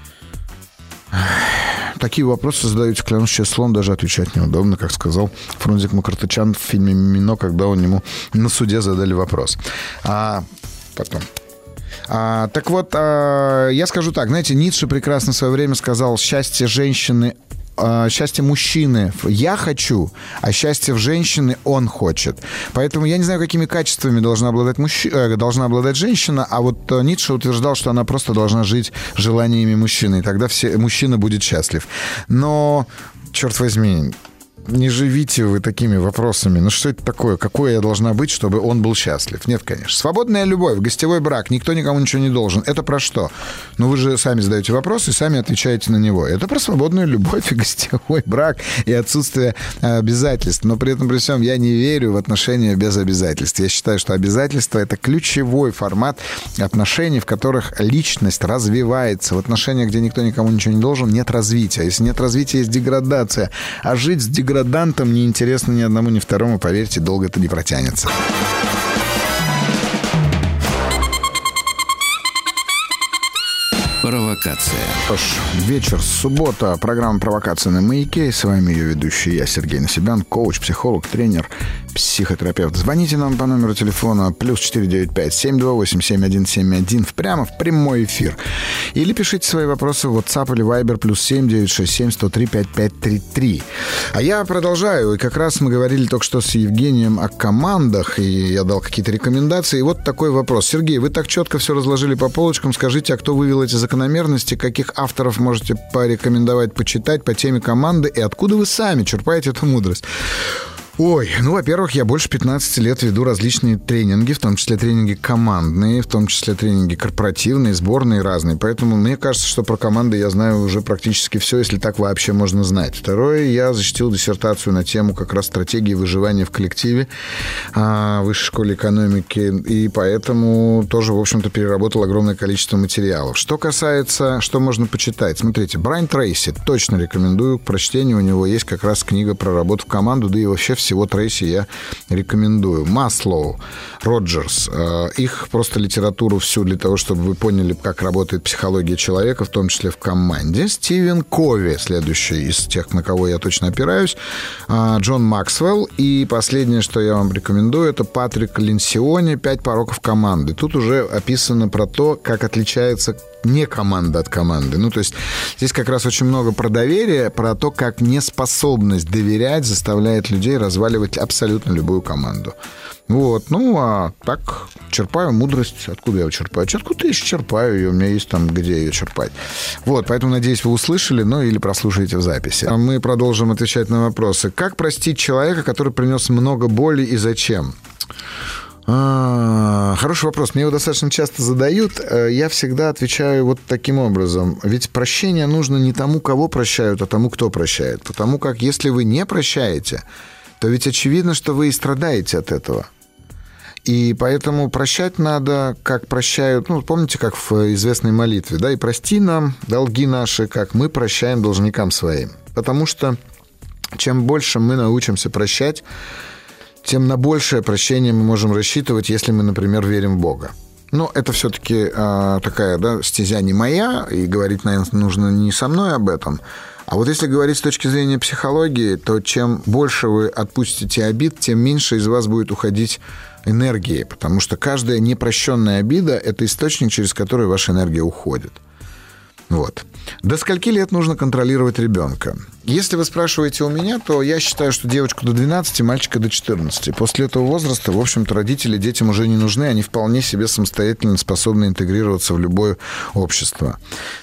Такие вопросы задаете, клянусь числом, даже отвечать неудобно, как сказал Фрунзик Мукартычан в фильме «Мимино», когда он ему на суде задали вопрос. А потом... А, так вот, а, я скажу так, знаете, Ницше прекрасно в свое время сказал: счастье женщины, а, счастье мужчины я хочу, а счастье в женщине он хочет. Поэтому я не знаю, какими качествами должна обладать, мужч... должна обладать женщина, а вот Ницше утверждал, что она просто должна жить желаниями мужчины, и тогда все... мужчина будет счастлив. Но, черт возьми, не живите вы такими вопросами. Ну, что это такое? Какой я должна быть, чтобы он был счастлив? Нет, конечно. Свободная любовь, гостевой брак, никто никому ничего не должен. Это про что? Ну, вы же сами задаете вопрос и сами отвечаете на него. Это про свободную любовь и гостевой брак, и отсутствие обязательств. Но при этом, при всем, я не верю в отношения без обязательств. Я считаю, что обязательства — это ключевой формат отношений, в которых личность развивается. В отношениях, где никто никому ничего не должен, нет развития. Если нет развития, есть деградация. А жить с деградацией деградантом не интересно ни одному, ни второму. Поверьте, долго это не протянется. Провокация. Что ж, вечер, суббота, программа «Провокация» на Маяке. И с вами ее ведущий я, Сергей Насибян, коуч, психолог, тренер, психотерапевт. Звоните нам по номеру телефона плюс четыре девять пять семь два восемь семь один семь один прямо в прямой эфир. Или пишите свои вопросы в WhatsApp или Viber плюс семь девять шесть семь сто три пятьдесят пять тридцать три. А я продолжаю. И как раз мы говорили только что с Евгением о командах, и я дал какие-то рекомендации. И вот такой вопрос. Сергей, вы так четко все разложили по полочкам. Скажите, а кто вывел эти закономерности? Каких авторов можете порекомендовать почитать по теме команды? И откуда вы сами черпаете эту мудрость? Ой, ну, во-первых, я больше пятнадцати лет веду различные тренинги, в том числе тренинги командные, в том числе тренинги корпоративные, сборные разные. Поэтому мне кажется, что про команды я знаю уже практически все, если так вообще можно знать. Второе, я защитил диссертацию на тему как раз стратегии выживания в коллективе в Высшей школе экономики, и поэтому тоже, в общем-то, переработал огромное количество материалов. Что касается, что можно почитать. Смотрите, Брайан Трейси точно рекомендую к прочтению. У него есть как раз книга про работу в команду, да и вообще все всего Трейси я рекомендую. Маслоу, Роджерс. Их просто литературу всю для того, чтобы вы поняли, как работает психология человека, в том числе в команде. Стивен Кови, следующий из тех, на кого я точно опираюсь. Джон Максвелл. И последнее, что я вам рекомендую, это Патрик Ленсиони «Пять пороков команды». Тут уже описано про то, как отличается не команда от команды. Ну, то есть здесь как раз очень много про доверие, про то, как неспособность доверять заставляет людей разваливать абсолютно любую команду. Вот. Ну, а так черпаю мудрость. Откуда я ее черпаю? Откуда я еще черпаю ее? У меня есть там, где ее черпать. Вот. Поэтому, надеюсь, вы услышали, ну, или прослушаете в записи. А мы продолжим отвечать на вопросы. Как простить человека, который принес много боли, и зачем? А, хороший вопрос. Мне его достаточно часто задают. Я всегда отвечаю вот таким образом. Ведь прощение нужно не тому, кого прощают, а тому, кто прощает. Потому как если вы не прощаете, то ведь очевидно, что вы и страдаете от этого. И поэтому прощать надо, как прощают, ну, помните, как в известной молитве, да, и прости нам долги наши, как мы прощаем должникам своим. Потому что чем больше мы научимся прощать, тем на большее прощение мы можем рассчитывать, если мы, например, верим в Бога. Но это все-таки э, такая, да, стезя не моя, и говорить, наверное, нужно не со мной об этом. А вот если говорить с точки зрения психологии, то чем больше вы отпустите обид, тем меньше из вас будет уходить энергии, потому что каждая непрощенная обида – это источник, через который ваша энергия уходит. Вот. До скольки лет нужно контролировать ребенка? Если вы спрашиваете у меня, то я считаю, что девочку до двенадцати, мальчика до четырнадцати. После этого возраста, в общем-то, родители детям уже не нужны, они вполне себе самостоятельно способны интегрироваться в любое общество.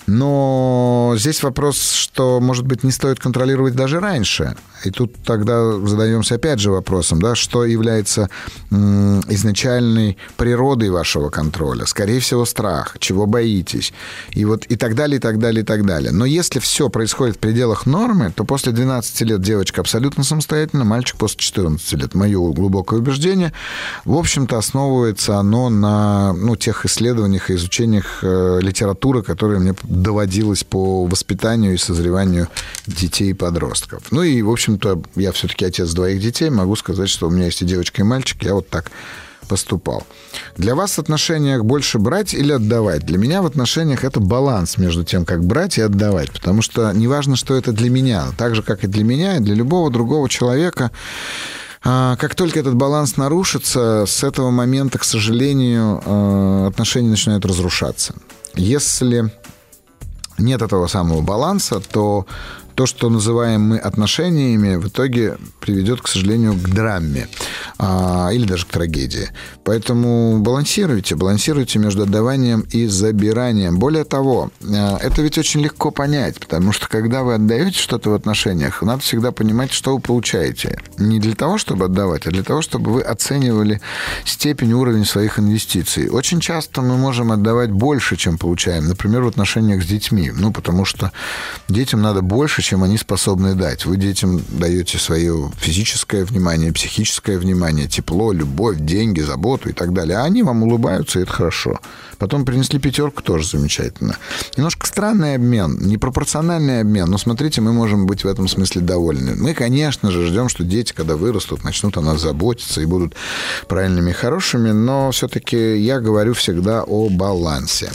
Но здесь вопрос, что, может быть, не стоит контролировать даже раньше. И тут тогда задаемся опять же вопросом, да, что является м, изначальной природой вашего контроля. Скорее всего, страх, чего боитесь, и вот и так далее, и так далее, и так далее. Но если все происходит в пределах нормы, то после двенадцати лет девочка абсолютно самостоятельна, мальчик после четырнадцати лет. Мое глубокое убеждение. В общем-то, основывается оно на, ну, тех исследованиях и изучениях э, литературы, которые мне доводилось по воспитанию и созреванию детей и подростков. Ну и, в общем-то, я все-таки отец двоих детей, могу сказать, что у меня есть и девочка, и мальчик, я вот так поступал. Для вас в отношениях больше брать или отдавать? Для меня в отношениях это баланс между тем, как брать и отдавать. Потому что неважно, что это для меня, так же, как и для меня, и для любого другого человека, как только этот баланс нарушится, с этого момента, к сожалению, отношения начинают разрушаться. Если нет этого самого баланса, то то, что называем мы отношениями, в итоге приведет, к сожалению, к драме а, или даже к трагедии. Поэтому балансируйте, балансируйте между отдаванием и забиранием. Более того, это ведь очень легко понять, потому что когда вы отдаете что-то в отношениях, надо всегда понимать, что вы получаете. Не для того, чтобы отдавать, а для того, чтобы вы оценивали степень, уровень своих инвестиций. Очень часто мы можем отдавать больше, чем получаем. Например, в отношениях с детьми. Ну, потому что детям надо больше, чем они способны дать. Вы детям даете свое физическое внимание, психическое внимание, тепло, любовь, деньги, заботу и так далее. А они вам улыбаются, и это хорошо. Потом принесли пятерку, тоже замечательно. Немножко странный обмен, непропорциональный обмен. Но смотрите, мы можем быть в этом смысле довольны. Мы, конечно же, ждем, что дети, когда вырастут, начнут о нас заботиться и будут правильными и хорошими. Но все-таки я говорю всегда о балансе.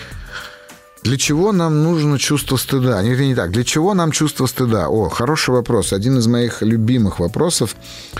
Для чего нам нужно чувство стыда? Нет, не так. Для чего нам чувство стыда? О, хороший вопрос. Один из моих любимых вопросов.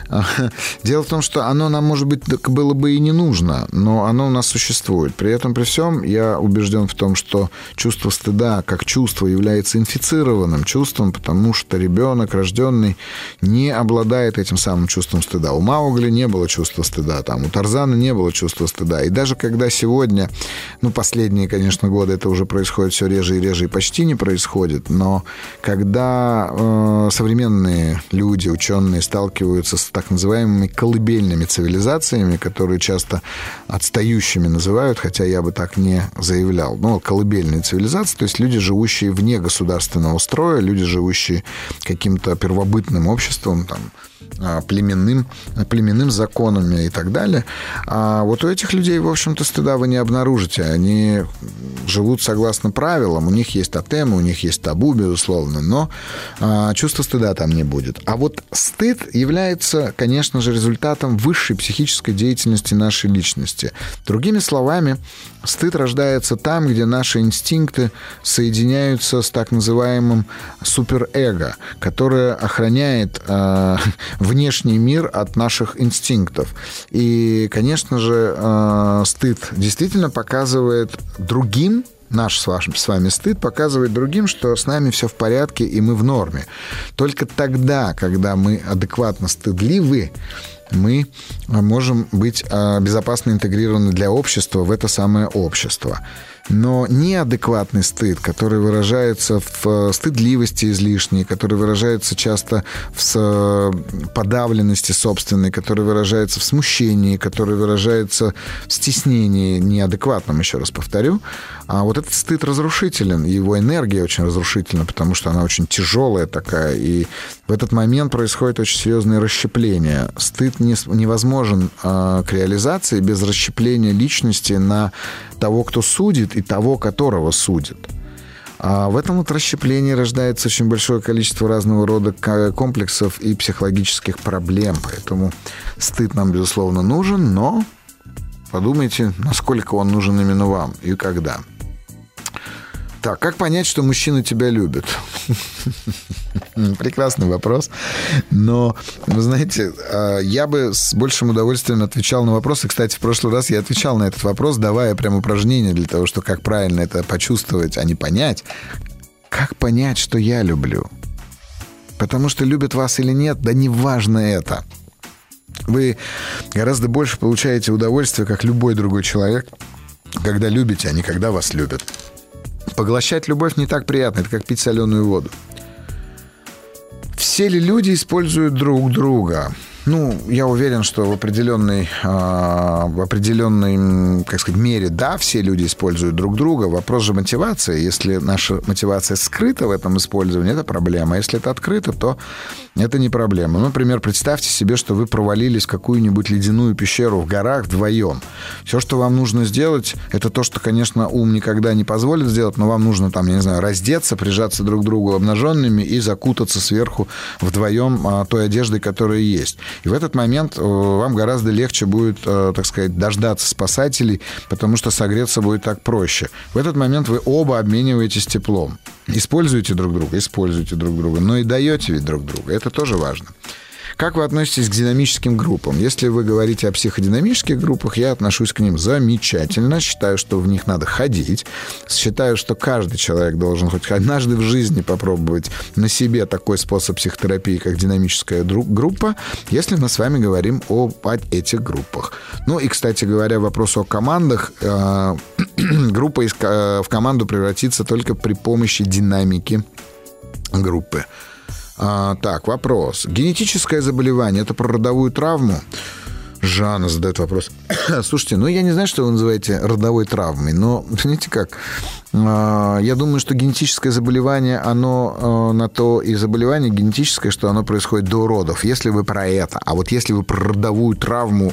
Дело в том, что оно нам, может быть, было бы и не нужно, но оно у нас существует. При этом, при всем, я убежден в том, что чувство стыда как чувство является инфицированным чувством, потому что ребенок, рожденный, не обладает этим самым чувством стыда. У Маугли не было чувства стыда, там, у Тарзана не было чувства стыда. И даже когда сегодня, ну, последние, конечно, годы это уже происходит, все реже и реже и почти не происходит, но когда э, современные люди, ученые сталкиваются с так называемыми колыбельными цивилизациями, которые часто отстающими называют, хотя я бы так не заявлял, но колыбельные цивилизации, то есть люди, живущие вне государственного строя, люди, живущие каким-то первобытным обществом, там, племенным, племенным законами и так далее. А вот у этих людей, в общем-то, стыда вы не обнаружите. Они живут согласно правилам, у них есть тотемы, у них есть табу, безусловно, но а, чувства стыда там не будет. А вот стыд является, конечно же, результатом высшей психической деятельности нашей личности. Другими словами, стыд рождается там, где наши инстинкты соединяются с так называемым суперэго, которое охраняет а, внешний мир от наших инстинктов. И, конечно же, э, стыд действительно показывает другим, наш с, вашим, с вами стыд показывает другим, что с нами все в порядке и мы в норме. Только тогда, когда мы адекватно стыдливы, мы можем быть безопасно интегрированы для общества в это самое общество. Но неадекватный стыд, который выражается в стыдливости излишней, который выражается часто в подавленности собственной, который выражается в смущении, который выражается в стеснении неадекватном, еще раз повторю, а вот этот стыд разрушителен, его энергия очень разрушительна, потому что она очень тяжелая такая, и в этот момент происходит очень серьезное расщепление. Стыд не, невозможен а, к реализации без расщепления личности на того, кто судит, и того, которого судит. А в этом вот расщеплении рождается очень большое количество разного рода комплексов и психологических проблем. Поэтому стыд нам, безусловно, нужен, но подумайте, насколько он нужен именно вам и когда. Так, как понять, что мужчина тебя любит? Прекрасный вопрос. Но, вы знаете, я бы с большим удовольствием отвечал на вопрос. И, кстати, в прошлый раз я отвечал на этот вопрос, давая прям упражнение для того, чтобы как правильно это почувствовать, а не понять. Как понять, что я люблю? Потому что любят вас или нет, да не важно это. Вы гораздо больше получаете удовольствия, как любой другой человек, когда любите, а не когда вас любят. Поглощать любовь не так приятно, это как пить соленую воду. Все ли люди используют друг друга? Ну, я уверен, что в определенной, в определенной, как сказать, мере, да, все люди используют друг друга. Вопрос же мотивации. Если наша мотивация скрыта в этом использовании, это проблема. А если это открыто, то это не проблема. Ну, например, представьте себе, что вы провалились в какую-нибудь ледяную пещеру в горах вдвоем. Все, что вам нужно сделать, это то, что, конечно, ум никогда не позволит сделать, но вам нужно, там, я не знаю, раздеться, прижаться друг к другу обнаженными и закутаться сверху вдвоем той одеждой, которая есть. И в этот момент вам гораздо легче будет, так сказать, дождаться спасателей, потому что согреться будет так проще. В этот момент вы оба обмениваетесь теплом. Используете друг друга, используете друг друга, но и даете ведь друг другу. Это тоже важно. Как вы относитесь к динамическим группам? Если вы говорите о психодинамических группах, я отношусь к ним замечательно. Считаю, что в них надо ходить. Считаю, что каждый человек должен хоть однажды в жизни попробовать на себе такой способ психотерапии, как динамическая группа, если мы с вами говорим об этих группах. Ну и, кстати говоря, вопрос о командах. Группа в команду превратится только при помощи динамики группы. А, так, вопрос. Генетическое заболевание – это про родовую травму? Жанна задает вопрос. Слушайте, ну я не знаю, что вы называете родовой травмой, но, понимаете как, я думаю, что генетическое заболевание, оно на то и заболевание генетическое, что оно происходит до родов, если вы про это. А вот если вы про родовую травму,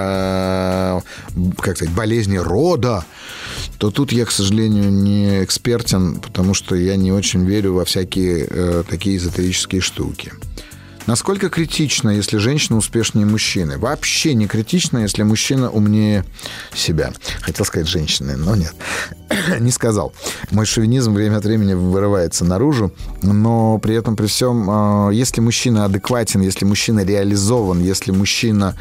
как сказать, болезни рода, то тут я, к сожалению, не экспертен, потому что я не очень верю во всякие такие эзотерические штуки. Насколько критично, если женщина успешнее мужчины? Вообще не критично, если мужчина умнее себя. Хотел сказать женщины, но нет. Не сказал. Мой шовинизм время от времени вырывается наружу, но при этом, при всем, если мужчина адекватен, если мужчина реализован, если мужчина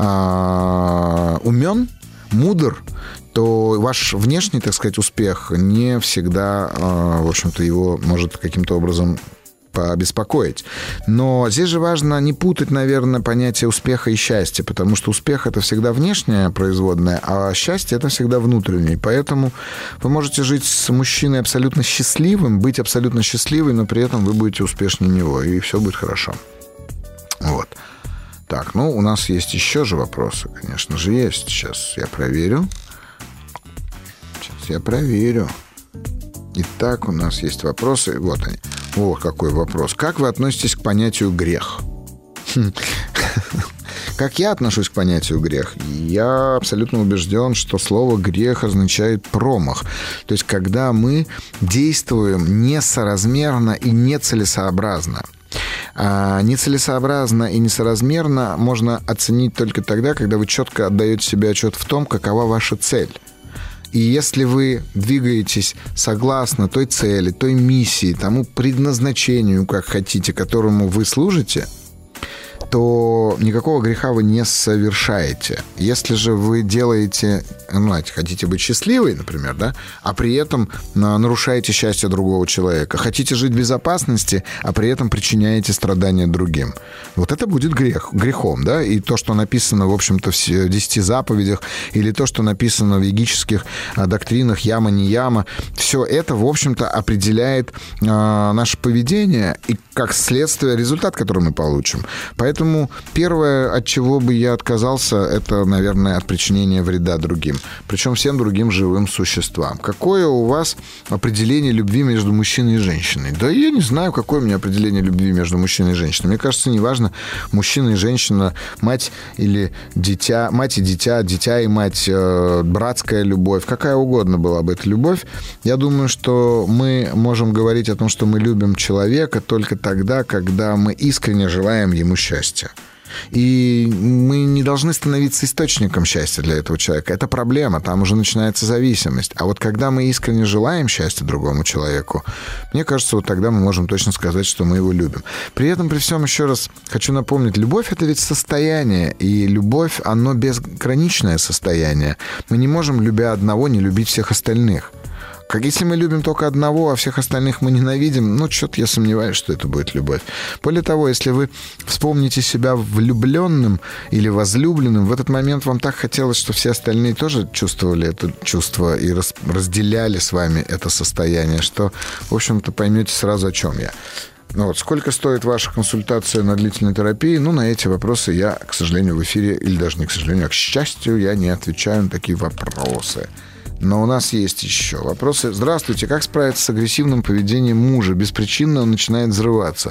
умен, мудр, то ваш внешний, так сказать, успех не всегда, в общем-то, его может каким-то образом побеспокоить. Но здесь же важно не путать, наверное, понятие успеха и счастья, потому что успех — это всегда внешнее производное, а счастье — это всегда внутреннее. Поэтому вы можете жить с мужчиной абсолютно счастливым, быть абсолютно счастливым, но при этом вы будете успешнее него, и все будет хорошо. Вот. Так, ну, у нас есть еще же вопросы, конечно же, есть. Сейчас я проверю. Сейчас я проверю. Итак, у нас есть вопросы. Вот они. О, какой вопрос. Как вы относитесь к понятию «грех»? Как я отношусь к понятию «грех»? Я абсолютно убежден, что слово «грех» означает промах. То есть, когда мы действуем несоразмерно и нецелесообразно. А нецелесообразно и несоразмерно можно оценить только тогда, когда вы четко отдаете себе отчет в том, какова ваша цель. И если вы двигаетесь согласно той цели, той миссии, тому предназначению, как хотите, которому вы служите, то никакого греха вы не совершаете. Если же вы делаете, ну, знаете, хотите быть счастливой, например, да, а при этом нарушаете счастье другого человека, хотите жить в безопасности, а при этом причиняете страдания другим, вот это будет грех, грехом, да, и то, что написано, в общем-то, в десяти заповедях, или то, что написано в йогических доктринах яма, не яма, все это, в общем-то, определяет э, наше поведение и, как следствие, результат, который мы получим. Поэтому Поэтому первое, от чего бы я отказался, это, наверное, от причинения вреда другим. Причем всем другим живым существам. Какое у вас определение любви между мужчиной и женщиной? Да я не знаю, какое у меня определение любви между мужчиной и женщиной. Мне кажется, неважно, мужчина и женщина, мать или дитя, мать и дитя, дитя и мать, братская любовь, какая угодно была бы эта любовь. Я думаю, что мы можем говорить о том, что мы любим человека только тогда, когда мы искренне желаем ему счастья. И мы не должны становиться источником счастья для этого человека. Это проблема, там уже начинается зависимость. А вот когда мы искренне желаем счастья другому человеку, мне кажется, вот тогда мы можем точно сказать, что мы его любим. При этом, при всем, еще раз хочу напомнить, любовь — это ведь состояние, и любовь, оно безграничное состояние. Мы не можем, любя одного, не любить всех остальных. Как если мы любим только одного, а всех остальных мы ненавидим, ну, что-то я сомневаюсь, что это будет любовь. Более того, если вы вспомните себя влюбленным или возлюбленным, в этот момент вам так хотелось, что все остальные тоже чувствовали это чувство и разделяли с вами это состояние, что, в общем-то, поймете сразу, о чем я. Ну вот, сколько стоит ваша консультация на длительной терапии? Ну, на эти вопросы я, к сожалению, в эфире, или даже не к сожалению, а к счастью, я не отвечаю на такие вопросы. Но у нас есть еще вопросы. Здравствуйте, как справиться с агрессивным поведением мужа? Беспричинно он начинает взрываться.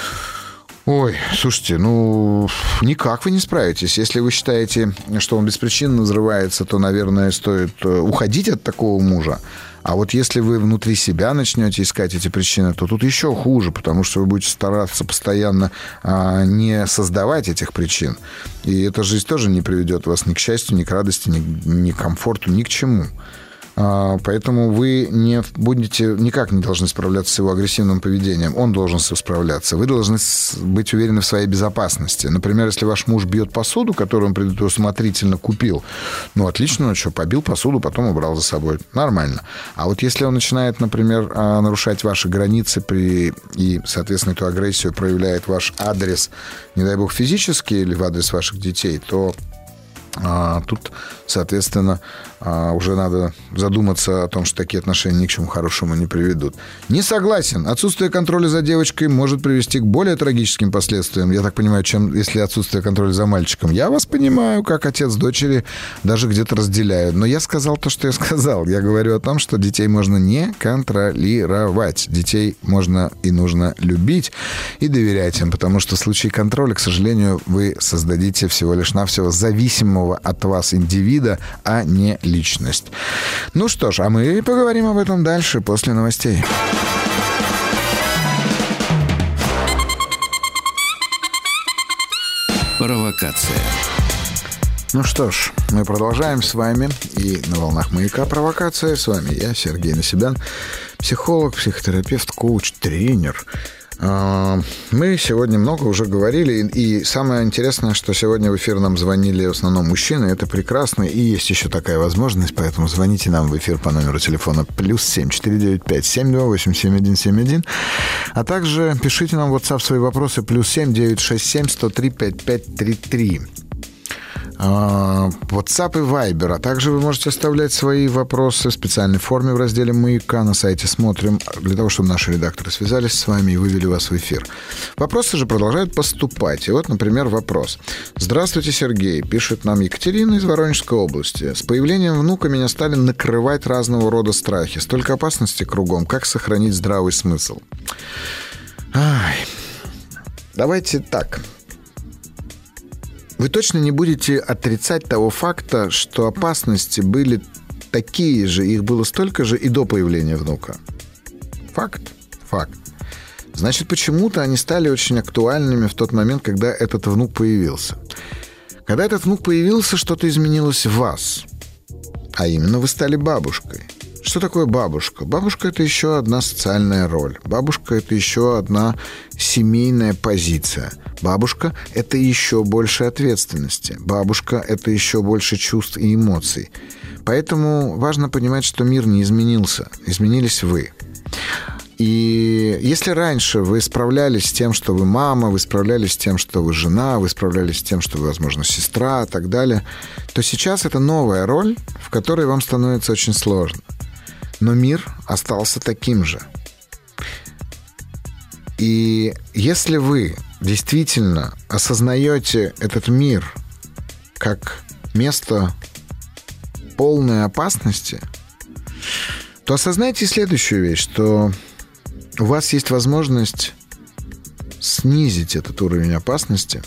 Ой, слушайте, ну, никак вы не справитесь. Если вы считаете, что он беспричинно взрывается, то, наверное, стоит уходить от такого мужа. А вот если вы внутри себя начнете искать эти причины, то тут еще хуже, потому что вы будете стараться постоянно а, не создавать этих причин. И эта жизнь тоже не приведет вас ни к счастью, ни к радости, ни, ни к комфорту, ни к чему. Поэтому вы не будете, никак не должны справляться с его агрессивным поведением. Он должен справляться. Вы должны быть уверены в своей безопасности. Например, если ваш муж бьет посуду, которую он предусмотрительно купил, ну, отлично, ну что, побил посуду, потом убрал за собой. Нормально. А вот если он начинает, например, нарушать ваши границы при, и, соответственно, эту агрессию проявляет в ваш адрес, не дай бог, физически или в адрес ваших детей, то а, тут, соответственно, а уже надо задуматься о том, что такие отношения ни к чему хорошему не приведут. Не согласен. Отсутствие контроля за девочкой может привести к более трагическим последствиям. Я так понимаю, чем если отсутствие контроля за мальчиком. Я вас понимаю, как отец дочери даже где-то разделяют. Но я сказал то, что я сказал. Я говорю о том, что детей можно не контролировать. Детей можно и нужно любить и доверять им, потому что в случае контроля, к сожалению, вы создадите всего лишь навсего зависимого от вас индивида, а не личность. Ну что ж, а мы поговорим об этом дальше после новостей. Провокация. Ну что ж, мы продолжаем с вами. И на волнах «Маяка» провокация. С вами я, Сергей Насибян, психолог, психотерапевт, коуч, тренер. Мы сегодня много уже говорили, и самое интересное, что сегодня в эфир нам звонили в основном мужчины, это прекрасно, и есть еще такая возможность, поэтому звоните нам в эфир по номеру телефона плюс семь четыре девять пять семь два восемь семь один семь один, а также пишите нам в WhatsApp свои вопросы плюс семь девять шесть семь сто три пятьдесят пять тридцать три. WhatsApp и Viber, а также вы можете оставлять свои вопросы в специальной форме в разделе «Маяка» на сайте «Смотрим», для того, чтобы наши редакторы связались с вами и вывели вас в эфир. Вопросы же продолжают поступать. И вот, например, вопрос. «Здравствуйте, Сергей», пишет нам Екатерина из Воронежской области. «С появлением внука меня стали накрывать разного рода страхи. Столько опасностей кругом. Как сохранить здравый смысл?» Ай. Давайте так. Вы точно не будете отрицать того факта, что опасности были такие же, их было столько же и до появления внука. Факт? Факт. Значит, почему-то они стали очень актуальными в тот момент, когда этот внук появился. Когда этот внук появился, что-то изменилось в вас. А именно, вы стали бабушкой. Что такое бабушка? Бабушка – это еще одна социальная роль. Бабушка – это еще одна семейная позиция. Бабушка – это еще больше ответственности. Бабушка – это еще больше чувств и эмоций. Поэтому важно понимать, что мир не изменился. Изменились вы. И если раньше вы справлялись с тем, что вы мама, вы справлялись с тем, что вы жена, вы справлялись с тем, что вы, возможно, сестра и так далее, то сейчас это новая роль, в которой вам становится очень сложно. Но мир остался таким же. И если вы действительно осознаете этот мир как место полной опасности, то осознайте следующую вещь, что у вас есть возможность снизить этот уровень опасности,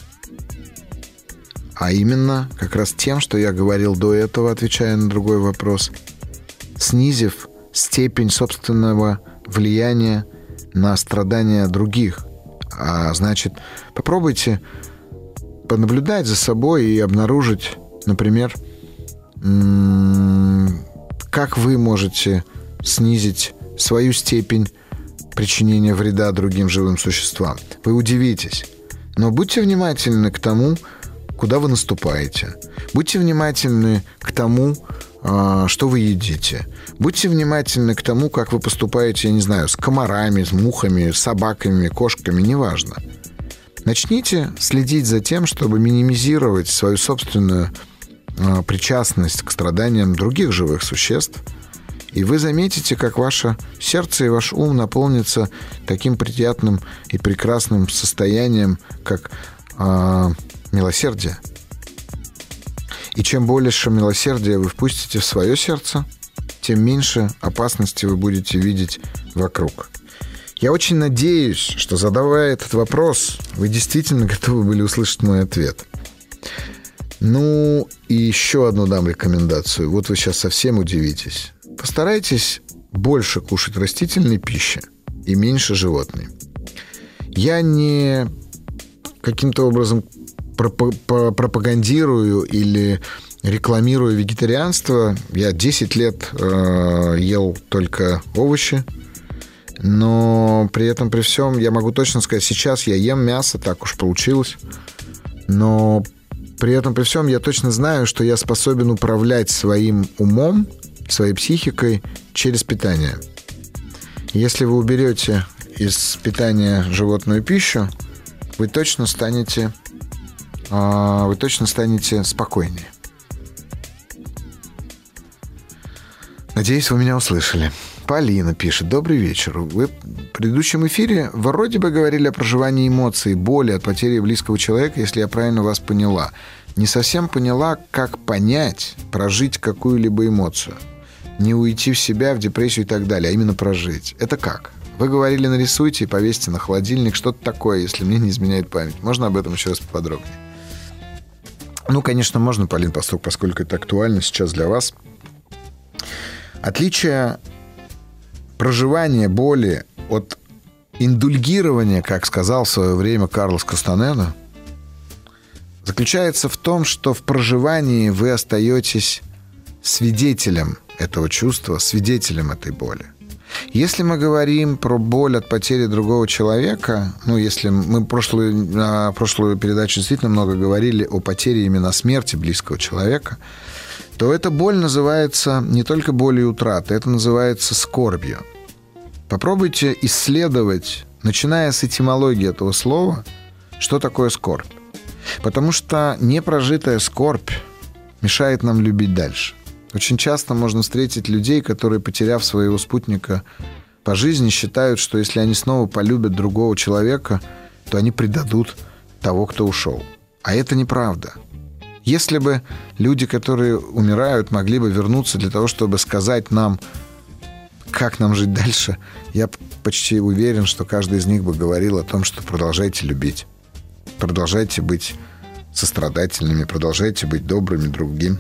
а именно как раз тем, что я говорил до этого, отвечая на другой вопрос, снизив степень собственного влияния на страдания других. А значит, попробуйте понаблюдать за собой и обнаружить, например, как вы можете снизить свою степень причинения вреда другим живым существам. Вы удивитесь. Но будьте внимательны к тому, куда вы наступаете. Будьте внимательны к тому, что вы едите. Будьте внимательны к тому, как вы поступаете, я не знаю, с комарами, с мухами, с собаками, кошками, неважно. Начните следить за тем, чтобы минимизировать свою собственную причастность к страданиям других живых существ, и вы заметите, как ваше сердце и ваш ум наполнится таким приятным и прекрасным состоянием, как э, милосердие. И чем больше милосердия вы впустите в свое сердце, тем меньше опасности вы будете видеть вокруг. Я очень надеюсь, что, задавая этот вопрос, вы действительно готовы были услышать мой ответ. Ну, и еще одну дам рекомендацию. Вот вы сейчас совсем удивитесь. Постарайтесь больше кушать растительной пищи и меньше животной. Я не каким-то образом пропагандирую или рекламирую вегетарианство. Я десять лет э, ел только овощи, но при этом, при всем, я могу точно сказать, сейчас я ем мясо, так уж получилось, но при этом, при всем, я точно знаю, что я способен управлять своим умом, своей психикой через питание. Если вы уберете из питания животную пищу, вы точно станете, вы точно станете спокойнее. Надеюсь, вы меня услышали. Полина пишет. Добрый вечер. Вы в предыдущем эфире вроде бы говорили о проживании эмоций, боли от потери близкого человека, если я правильно вас поняла. Не совсем поняла, как понять, прожить какую-либо эмоцию. Не уйти в себя, в депрессию и так далее, а именно прожить. Это как? Вы говорили, нарисуйте и повесьте на холодильник что-то такое, если мне не изменяет память. Можно об этом еще раз поподробнее? Ну, конечно, можно, Полин, поскольку это актуально сейчас для вас. Отличие проживания боли от индульгирования, как сказал в свое время Карлос Кастанеда, заключается в том, что в проживании вы остаетесь свидетелем этого чувства, свидетелем этой боли. Если мы говорим про боль от потери другого человека, ну, если мы прошлую, на прошлую передачу действительно много говорили о потере именно смерти близкого человека, то эта боль называется не только болью утраты, это называется скорбью. Попробуйте исследовать, начиная с этимологии этого слова, что такое скорбь. Потому что непрожитая скорбь мешает нам любить дальше. Очень часто можно встретить людей, которые, потеряв своего спутника по жизни, считают, что если они снова полюбят другого человека, то они предадут того, кто ушел. А это неправда. Если бы люди, которые умирают, могли бы вернуться для того, чтобы сказать нам, как нам жить дальше, я почти уверен, что каждый из них бы говорил о том, что продолжайте любить, продолжайте быть сострадательными, продолжайте быть добрыми друг другим.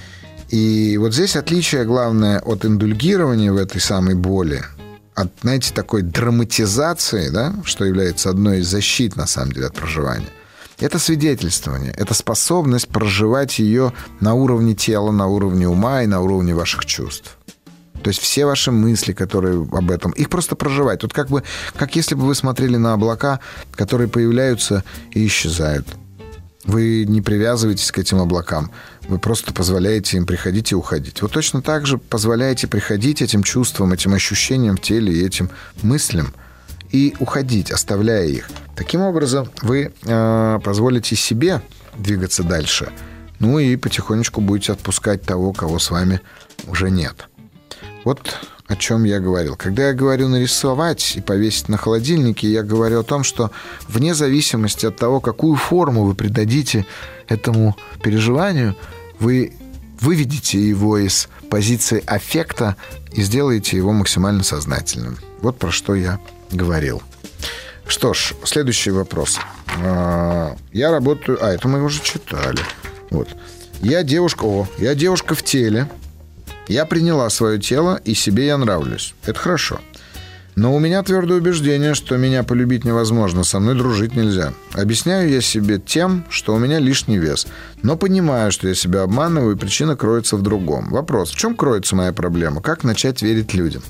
И вот здесь отличие главное от индульгирования в этой самой боли, от, знаете, такой драматизации, да, что является одной из защит, на самом деле, от проживания. Это свидетельствование, это способность проживать ее на уровне тела, на уровне ума и на уровне ваших чувств. То есть все ваши мысли, которые об этом, их просто проживать. Вот как бы, как если бы вы смотрели на облака, которые появляются и исчезают. Вы не привязываетесь к этим облакам, вы просто позволяете им приходить и уходить. Вот точно так же позволяете приходить этим чувствам, этим ощущениям в теле и этим мыслям и уходить, оставляя их. Таким образом, вы э, позволите себе двигаться дальше, ну и потихонечку будете отпускать того, кого с вами уже нет. Вот о чем я говорил. Когда я говорю нарисовать и повесить на холодильнике, я говорю о том, что вне зависимости от того, какую форму вы придадите этому переживанию, вы выведете его из позиции аффекта и сделаете его максимально сознательным. Вот про что я говорил. Что ж, следующий вопрос. Я работаю... А, это мы уже читали. Вот. Я девушка... О, я девушка в теле. Я приняла свое тело, и себе я нравлюсь. Это хорошо. Но у меня твердое убеждение, что меня полюбить невозможно, со мной дружить нельзя. Объясняю я себе тем, что у меня лишний вес. Но понимаю, что я себя обманываю, и причина кроется в другом. Вопрос, в чем кроется моя проблема? Как начать верить людям?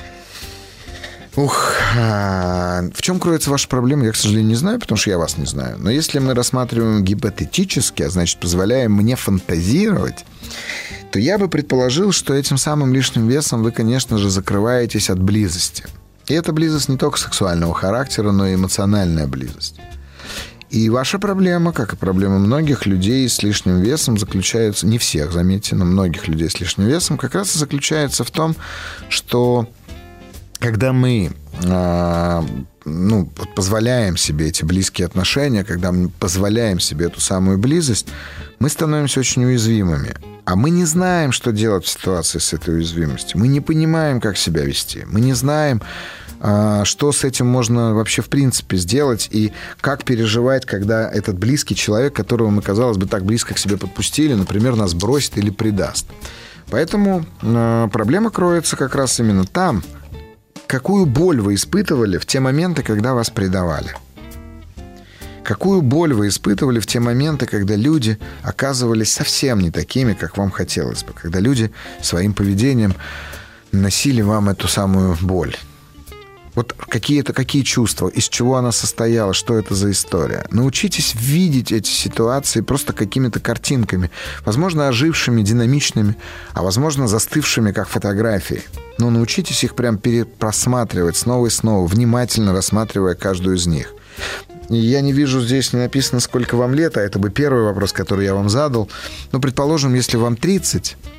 Ух, в чем кроется ваша проблема, я, к сожалению, не знаю, потому что я вас не знаю. Но если мы рассматриваем гипотетически, а значит, позволяем мне фантазировать, то я бы предположил, что этим самым лишним весом вы, конечно же, закрываетесь от близости. И эта близость не только сексуального характера, но и эмоциональная близость. И ваша проблема, как и проблема многих людей с лишним весом, заключается, не всех, заметьте, но многих людей с лишним весом, как раз и заключается в том, что когда мы э, ну, позволяем себе эти близкие отношения, когда мы позволяем себе эту самую близость, мы становимся очень уязвимыми. А мы не знаем, что делать в ситуации с этой уязвимостью. Мы не понимаем, как себя вести. Мы не знаем, что с этим можно вообще в принципе сделать и как переживать, когда этот близкий человек, которого мы, казалось бы, так близко к себе подпустили, например, нас бросит или предаст. Поэтому проблема кроется как раз именно там, какую боль вы испытывали в те моменты, когда вас предавали. Какую боль вы испытывали в те моменты, когда люди оказывались совсем не такими, как вам хотелось бы. Когда люди своим поведением носили вам эту самую боль. Вот какие-то какие чувства, из чего она состояла, что это за история. Научитесь видеть эти ситуации просто какими-то картинками. Возможно, ожившими, динамичными, а возможно, застывшими, как фотографии. Но научитесь их прям перепросматривать снова и снова, внимательно рассматривая каждую из них. Я не вижу, здесь не написано, сколько вам лет, а это бы первый вопрос, который я вам задал. Ну, предположим, если вам тридцать,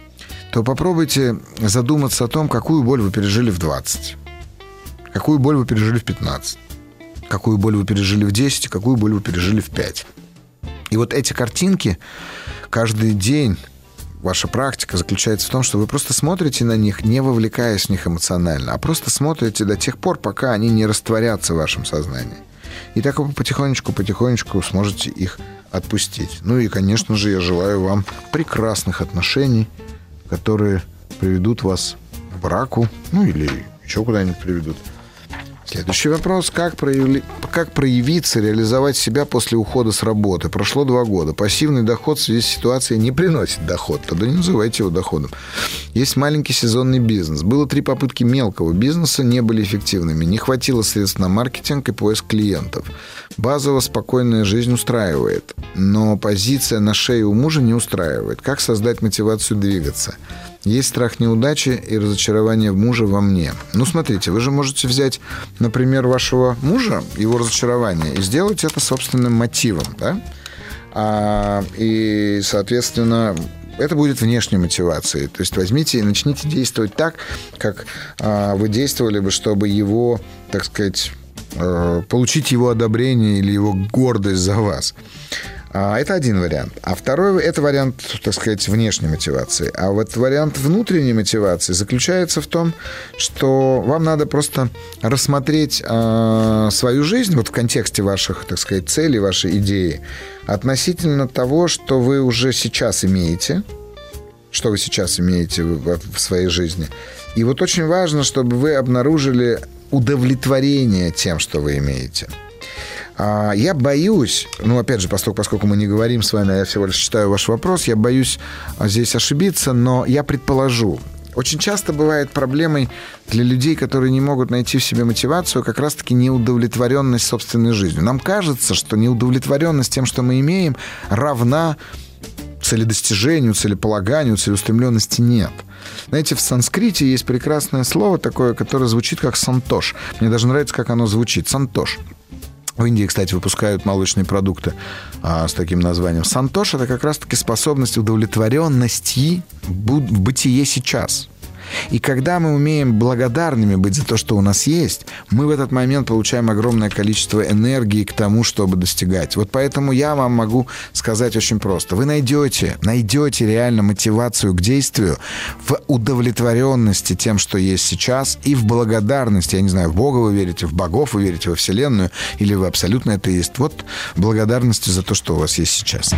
то попробуйте задуматься о том, какую боль вы пережили в двадцать, какую боль вы пережили в пятнадцать, какую боль вы пережили в десять, какую боль вы пережили в пять. И вот эти картинки каждый день, ваша практика заключается в том, что вы просто смотрите на них, не вовлекаясь в них эмоционально, а просто смотрите до тех пор, пока они не растворятся в вашем сознании. И так вы потихонечку-потихонечку сможете их отпустить. Ну и, конечно же, я желаю вам прекрасных отношений, которые приведут вас к браку, ну или еще куда-нибудь приведут. Следующий вопрос. Как, прояви... как проявиться, реализовать себя после ухода с работы? Прошло два года. Пассивный доход в связи с ситуацией не приносит доход. Тогда не называйте его доходом. Есть маленький сезонный бизнес. Было три попытки мелкого бизнеса, не были эффективными. Не хватило средств на маркетинг и поиск клиентов. Базово спокойная жизнь устраивает. Но позиция на шее у мужа не устраивает. Как создать мотивацию двигаться? Есть страх неудачи и разочарование мужа во мне. Ну, смотрите, вы же можете взять, например, вашего мужа, его разочарование, и сделать это собственным мотивом, да? А, и, соответственно, это будет внешней мотивацией. То есть возьмите и начните действовать так, как а, вы действовали бы, чтобы его, так сказать, а, получить его одобрение или его гордость за вас. Это один вариант. А второй – это вариант, так сказать, внешней мотивации. А вот вариант внутренней мотивации заключается в том, что вам надо просто рассмотреть э, свою жизнь вот в контексте ваших, так сказать, целей, вашей идеи относительно того, что вы уже сейчас имеете, что вы сейчас имеете в, в своей жизни. И вот очень важно, чтобы вы обнаружили удовлетворение тем, что вы имеете. Я боюсь, ну, опять же, поскольку, поскольку мы не говорим с вами, а я всего лишь читаю ваш вопрос, я боюсь здесь ошибиться, но я предположу. Очень часто бывает проблемой для людей, которые не могут найти в себе мотивацию, как раз-таки неудовлетворенность собственной жизнью. Нам кажется, что неудовлетворенность тем, что мы имеем, равна целедостижению, целеполаганию, целеустремленности нет. Знаете, в санскрите есть прекрасное слово такое, которое звучит как сантош. Мне даже нравится, как оно звучит. Сантош. В Индии, кстати, выпускают молочные продукты а, с таким названием. Сантош – это как раз-таки способность удовлетворенности в бытие сейчас. И когда мы умеем благодарными быть за то, что у нас есть, мы в этот момент получаем огромное количество энергии к тому, чтобы достигать. Вот поэтому я вам могу сказать очень просто. Вы найдете, найдете реально мотивацию к действию в удовлетворенности тем, что есть сейчас, и в благодарности. Я не знаю, в Бога вы верите, в богов вы верите, во Вселенную, или вы абсолютно атеист. Вот благодарности за то, что у вас есть сейчас.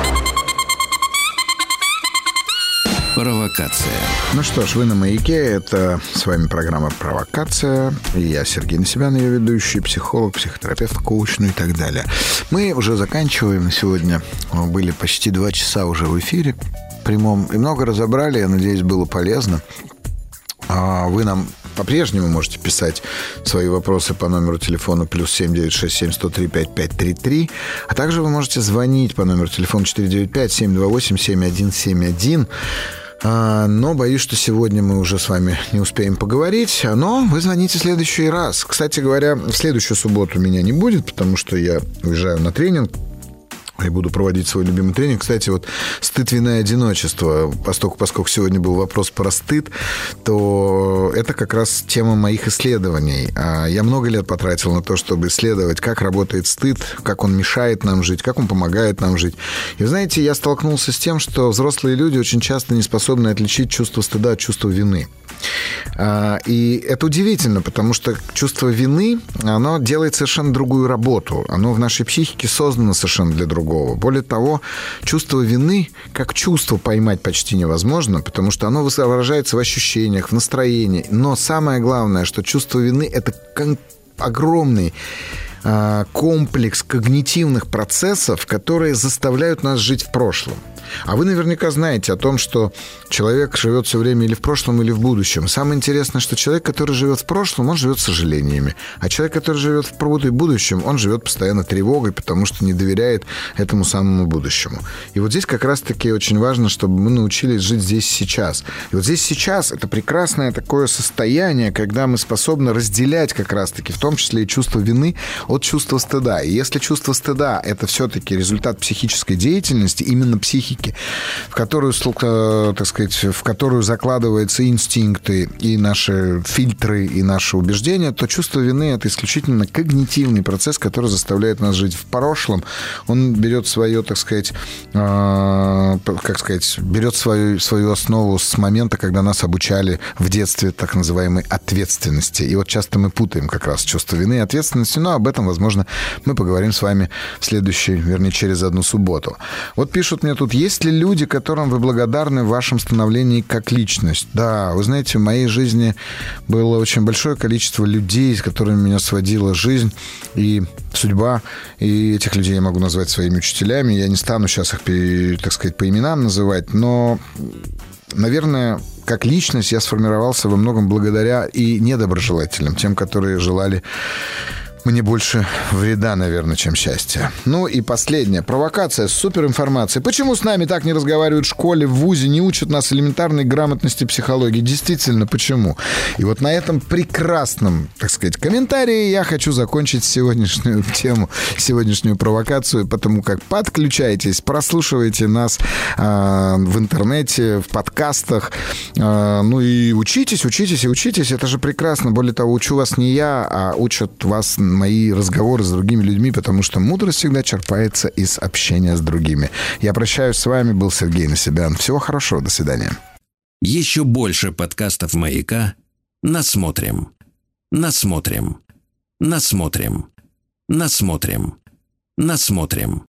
Провокация. Ну что ж, вы на «Маяке». Это с вами программа «Провокация». И я Сергей Насибян, ее ведущий, психолог, психотерапевт, коуч, ну и так далее. Мы уже заканчиваем на сегодня. Мы были почти два часа уже в эфире прямом. И много разобрали. Я надеюсь, было полезно. Вы нам по-прежнему можете писать свои вопросы по номеру телефона плюс семь девятьсот шестьдесят семь сто три пятьдесят пять тридцать три. А также вы можете звонить по номеру телефона четыре девять пять семь два восемь семь один семь один. Но боюсь, что сегодня мы уже с вами не успеем поговорить. Но вы звоните в следующий раз. Кстати говоря, в следующую субботу меня не будет, потому что я уезжаю на тренинг и буду проводить свой любимый тренинг. Кстати, вот стыд, вина и одиночество. Поскольку, поскольку сегодня был вопрос про стыд, то это как раз тема моих исследований. Я много лет потратил на то, чтобы исследовать, как работает стыд, как он мешает нам жить, как он помогает нам жить. И вы знаете, я столкнулся с тем, что взрослые люди очень часто не способны отличить чувство стыда от чувства вины. И это удивительно, потому что чувство вины, оно делает совершенно другую работу. Оно в нашей психике создано совершенно для другого. Более того, чувство вины как чувство поймать почти невозможно, потому что оно выражается в ощущениях, в настроении. Но самое главное, что чувство вины – это кон- огромный э, комплекс когнитивных процессов, которые заставляют нас жить в прошлом. А вы наверняка знаете о том, что человек живет все время или в прошлом, или в будущем. Самое интересное, что человек, который живет в прошлом, он живет сожалениями. А человек, который живет в будущем, он живет постоянно тревогой, потому что не доверяет этому самому будущему. И вот здесь как раз-таки очень важно, чтобы мы научились жить здесь сейчас. И вот здесь сейчас это прекрасное такое состояние, когда мы способны разделять как раз-таки, в том числе и чувство вины от чувства стыда. И если чувство стыда – это все-таки результат психической деятельности, именно психики психики, в которую, так сказать, в которую закладываются инстинкты и наши фильтры, и наши убеждения, то чувство вины — это исключительно когнитивный процесс, который заставляет нас жить в прошлом. Он берет свое, так сказать, э, как сказать, берет свою, свою основу с момента, когда нас обучали в детстве так называемой ответственности. И вот часто мы путаем как раз чувство вины и ответственности, но об этом, возможно, мы поговорим с вами в следующий, вернее, через одну субботу. Вот пишут мне тут: есть ли люди, которым вы благодарны в вашем становлении как личность? Да, вы знаете, в моей жизни было очень большое количество людей, с которыми меня сводила жизнь и судьба, и этих людей я могу назвать своими учителями. Я не стану сейчас их, так сказать, по именам называть, но, наверное, как личность я сформировался во многом благодаря и недоброжелателям, тем, которые желали мне больше вреда, наверное, чем счастья. Ну и последняя провокация с суперинформацией. Почему с нами так не разговаривают в школе, в вузе, не учат нас элементарной грамотности психологии? Действительно, почему? И вот на этом прекрасном, так сказать, комментарии я хочу закончить сегодняшнюю тему, сегодняшнюю провокацию, потому как подключайтесь, прослушивайте нас э, в интернете, в подкастах, э, ну и учитесь, учитесь и учитесь. Это же прекрасно. Более того, учу вас не я, а учат вас мои разговоры с другими людьми, потому что мудрость всегда черпается из общения с другими. Я прощаюсь с вами, был Сергей Насибян. Всего хорошего, до свидания. Еще больше подкастов «Маяка» насмотрим, насмотрим, насмотрим, насмотрим, насмотрим.